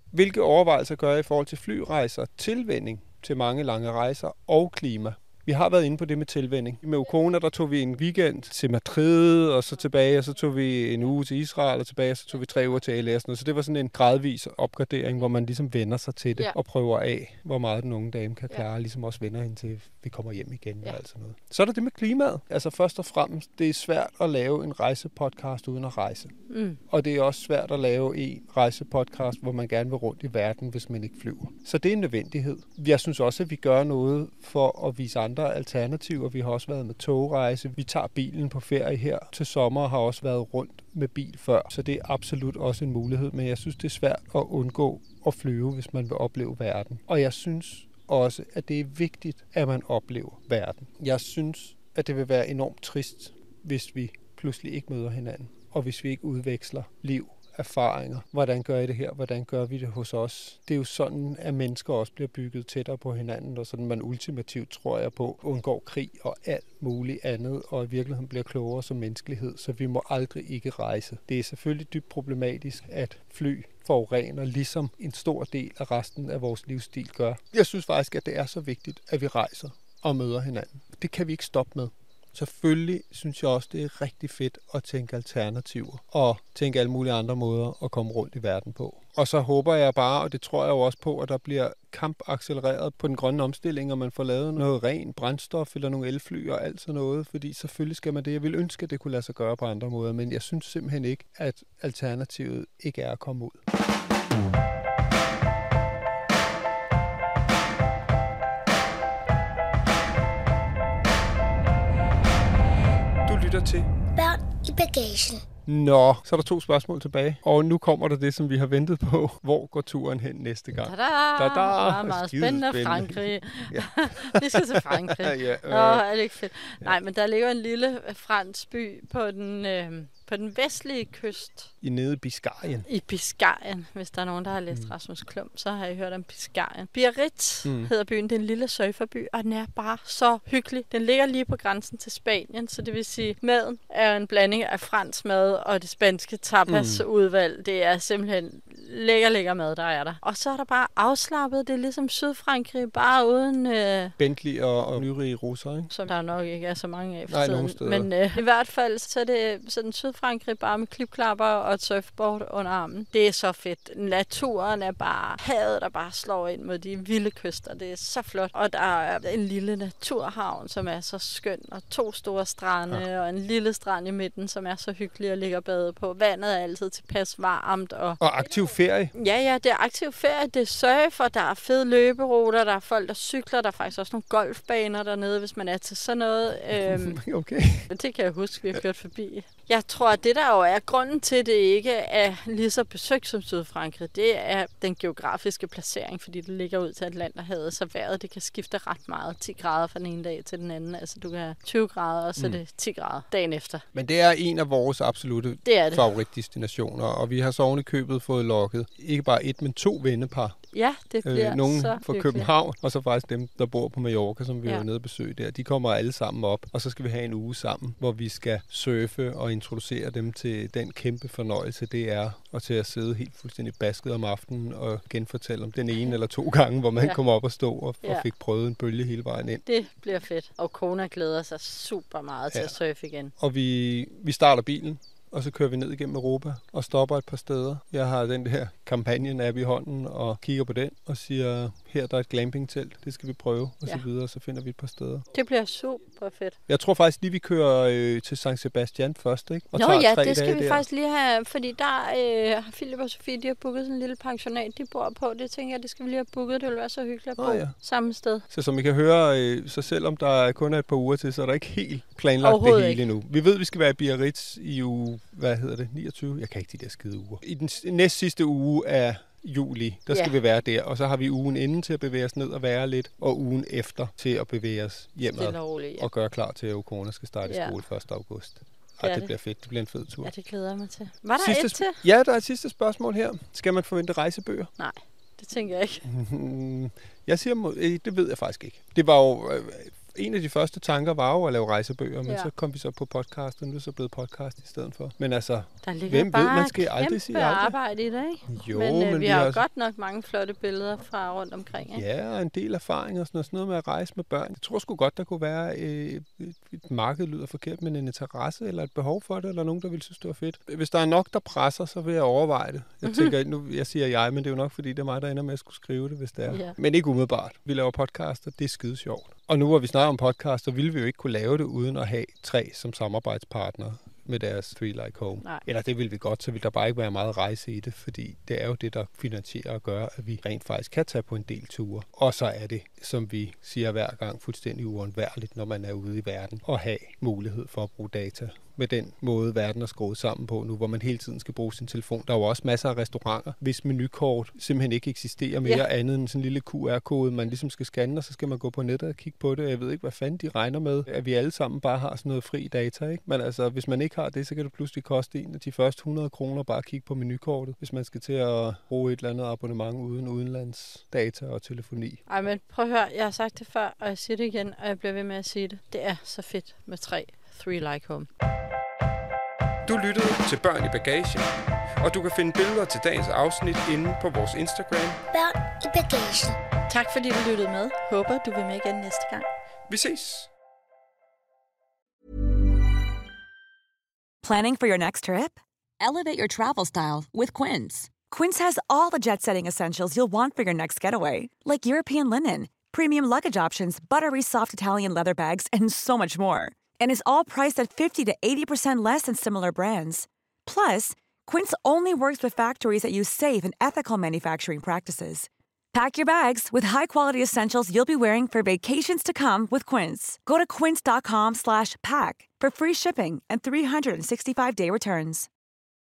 Hvilke overvejelser gør jeg i forhold til flyrejser, tilvænning til mange lange rejser og klima? Vi har været inde på det med tilvænning. Med Ukona, der tog vi en weekend til Madrid, og så tilbage, og så tog vi en uge til Israel, og tilbage, og så tog vi tre uger til L A. Så det var sådan en gradvis opgradering, hvor man ligesom vender sig til det, ja. og prøver af, hvor meget den unge dame kan klare, ja. ligesom også vender hende til, vi kommer hjem igen, ja. og alt sådan noget. Så er der det med klimaet. Altså først og fremmest, det er svært at lave en rejsepodcast uden at rejse. Mm. Og det er også svært at lave en rejsepodcast, hvor man gerne vil rundt i verden, hvis man ikke flyver. Så det er en nødvendighed. Jeg synes også, at vi gør noget for at vise andre alternativer. Vi har også været med togrejse. Vi tager bilen på ferie her til sommer og har også været rundt med bil før. Så det er absolut også en mulighed, men jeg synes, det er svært at undgå at flyve, hvis man vil opleve verden. Og jeg synes også, at det er vigtigt, at man oplever verden. Jeg synes, at det vil være enormt trist, hvis vi pludselig ikke møder hinanden, og hvis vi ikke udveksler liv, erfaringer. Hvordan gør I det her? Hvordan gør vi det hos os? Det er jo sådan, at mennesker også bliver bygget tættere på hinanden, og sådan man ultimativt, tror jeg på, undgår krig og alt muligt andet, og i virkeligheden bliver klogere som menneskelighed, så vi må aldrig ikke rejse. Det er selvfølgelig dybt problematisk, at fly forurener, ligesom en stor del af resten af vores livsstil gør. Jeg synes faktisk, at det er så vigtigt, at vi rejser og møder hinanden. Det kan vi ikke stoppe med. Selvfølgelig synes jeg også, det er rigtig fedt at tænke alternativer og tænke alle mulige andre måder at komme rundt i verden på. Og så håber jeg bare, og det tror jeg jo også på, at der bliver kampaccelereret på den grønne omstilling, og man får lavet noget ren brændstof eller nogle elfly og alt sådan noget, fordi selvfølgelig skal man det. Jeg vil ønske, at det kunne lade sig gøre på andre måder, men jeg synes simpelthen ikke, at alternativet ikke er at komme ud. Til. Børn i bagagen. Nå, så er der to spørgsmål tilbage. Og nu kommer der det, som vi har ventet på. Hvor går turen hen næste gang? Tada! Tada! Meget, meget spændende. spændende. Frankrig. Ja. Vi skal til Frankrig. ja, øh. Nå, er det ikke fedt? Ja. Nej, men der ligger en lille fransk by på den, øh, på den vestlige kyst. I nede i Biscayen. I Biscayen. Hvis der er nogen, der har læst mm. Rasmus Klump, så har I hørt om Biscayen. Biarritz mm. hedder byen. Det er en lille surferby, og den er bare så hyggelig. Den ligger lige på grænsen til Spanien, så det vil sige, maden er en blanding af fransk mad og det spanske tapas-udvalg. Mm. Det er simpelthen lækker, lækker mad, der er der. Og så er der bare afslappet. Det er ligesom Sydfrankrig, bare uden... Øh... Bentley og, og nyrige russer, ikke? Som der nok ikke er så mange af for Nej, tiden. nogen steder. Men øh, i hvert fald, så er det sådan Sydfrankrig bare med klipklapper og et surfboard under armen. Det er så fedt. Naturen er bare havet, der bare slår ind mod de vilde kyster. Det er så flot. Og der er en lille naturhavn, som er så skøn. Og to store strande, ja. og en lille strand i midten, som er så hyggelig at ligge og bade på. Vandet er altid tilpas varmt. Og, og aktiv ferie. Ja, ja, det er aktiv ferie. Det er surf, og der er fede løberuter. Der er folk, der cykler. Der er faktisk også nogle golfbaner dernede, hvis man er til sådan noget. Øhm, okay. Det kan jeg huske, vi har kørt forbi. Jeg tror, at det der jo er grunden til, det ikke er lige så besøgt som Sydfrankrig, det er den geografiske placering, fordi det ligger ud til Atlanterhavet, så vejret det kan skifte ret meget. ti grader fra den ene dag til den anden. Altså du kan have tyve grader, og så er det ti grader dagen efter. Men det er en af vores absolutte det det. favoritdestinationer, og vi har så oven i købet fået lukket ikke bare et, men to vennepar. Ja, det bliver øh, nogen så fra hyggeligt. København, og så faktisk dem, der bor på Mallorca, som vi ja. er nede og besøge der. De kommer alle sammen op, og så skal vi have en uge sammen, hvor vi skal surfe og introducere dem til den kæmpe fornøjelse, det er, og til at sidde helt fuldstændig basket om aftenen og genfortælle om den ene eller to gange, hvor man ja. kommer op og stå og, ja. og fik prøvet en bølge hele vejen ind. Det bliver fedt. Og Kona glæder sig super meget til ja. at surfe igen. Og vi, vi starter bilen, og så kører vi ned igennem Europa og stopper et par steder. Jeg har den der Companion-app i hånden og kigger på den og siger, her der er et glamping-telt, det skal vi prøve, og ja. så videre, og så finder vi et par steder. Det bliver super fedt. Jeg tror faktisk lige, vi kører øh, til San Sebastian først, ikke? Og Nå ja, det skal vi der. faktisk lige have, fordi der øh, har Philip og Sofie, de har booket sådan en lille pensionat, de bor på. Det tænker jeg, det skal vi lige have booket. Det vil være så hyggeligt at bo oh, ja. samme sted. Så som I kan høre, øh, så selvom der kun er et par uger til, så er der ikke helt planlagt det hele ikke. endnu. Vi ved, vi skal være i Biarritz i uge, hvad hedder det, niogtyve? Jeg kan ikke de der skide uger. I den næst sidste uge af juli, der skal ja. vi være der, og så har vi ugen inden til at bevæge os ned og være lidt, og ugen efter til at bevæge os hjemad roligt, ja. og gøre klar til, at Ukona skal starte ja. i skole første august. Ej, det, det bliver fedt. Det bliver en fed tur. Ja, det glæder jeg mig til. Var der sidste et til? Ja, der er et sidste spørgsmål her. Skal man forvente rejsebøger? Nej, det tænker jeg ikke. Jeg siger, det ved jeg faktisk ikke. Det var jo en af de første tanker var jo at lave rejsebøger, men Ja. så kom vi så på podcast, og nu er det så blevet podcast i stedet for. Men altså, Der ligger hvem bare ved, man skal aldrig sige kæmpe aldrig. arbejde i det, ikke? Jo, men, øh, men vi vi har har jo også- godt nok mange flotte billeder fra rundt omkring, ikke? Ja, og en del erfaring og sådan noget, sådan noget med at rejse med børn. Jeg tror sgu godt, der kunne være øh, et, et marked, lyder forkert, men en interesse eller et behov for det, eller nogen, der ville synes, det var fedt. Hvis der er nok, der presser, så vil jeg overveje det. Jeg Mhm. tænker, nu jeg siger jeg, men det er jo nok, fordi det er mig, der ender med at skulle skrive det, hvis det er. Ja. Men ikke umiddelbart. Vi laver podcaster, det er skide sjovt. Og nu hvor vi snakker om podcast, så ville vi jo ikke kunne lave det uden at have tre som samarbejdspartnere med deres Three Like Home. Nej. Eller det vil vi godt, så vil der bare ikke være meget rejse i det, fordi det er jo det, der finansierer og gør, at vi rent faktisk kan tage på en del ture. Og så er det, som vi siger hver gang, fuldstændig uundværligt, når man er ude i verden, at have mulighed for at bruge data med den måde, verden er skruet sammen på nu, hvor man hele tiden skal bruge sin telefon. Der er jo også masser af restauranter, hvis menukort simpelthen ikke eksisterer mere Ja. andet end sådan en lille Q R-kode, man ligesom skal scanne, og så skal man gå på nettet og kigge på det. Jeg ved ikke, hvad fanden de regner med, at vi alle sammen bare har sådan noget fri data, ikke? Men altså, hvis man ikke har det, så kan det pludselig koste en af de første hundrede kroner bare at kigge på menukortet, hvis man skal til at bruge et eller andet abonnement uden udenlandsdata og telefoni. Ej, men prøv at høre, jeg har sagt det før, og jeg siger det igen, og jeg bliver ved med at sige det. Det er så fedt med tre Three Like Home. Du lyttede til Børn i Bagagen, og du kan finde billeder til dagens afsnit inde på vores Instagram. Børn i bagagen. Tak fordi du lyttede med. Håber, du vil med igen næste gang. Vi ses! Planning for your next trip? Elevate your travel style with Quince. Quince has all the jet-setting essentials you'll want for your next getaway, like European linen, premium luggage options, buttery soft Italian leather bags, and so much more. And is all priced at fifty to eighty percent less than similar brands. Plus, Quince only works with factories that use safe and ethical manufacturing practices. Pack your bags with high-quality essentials you'll be wearing for vacations to come with Quince. Go to quince dot com slash pack for free shipping and three hundred sixty-five day returns.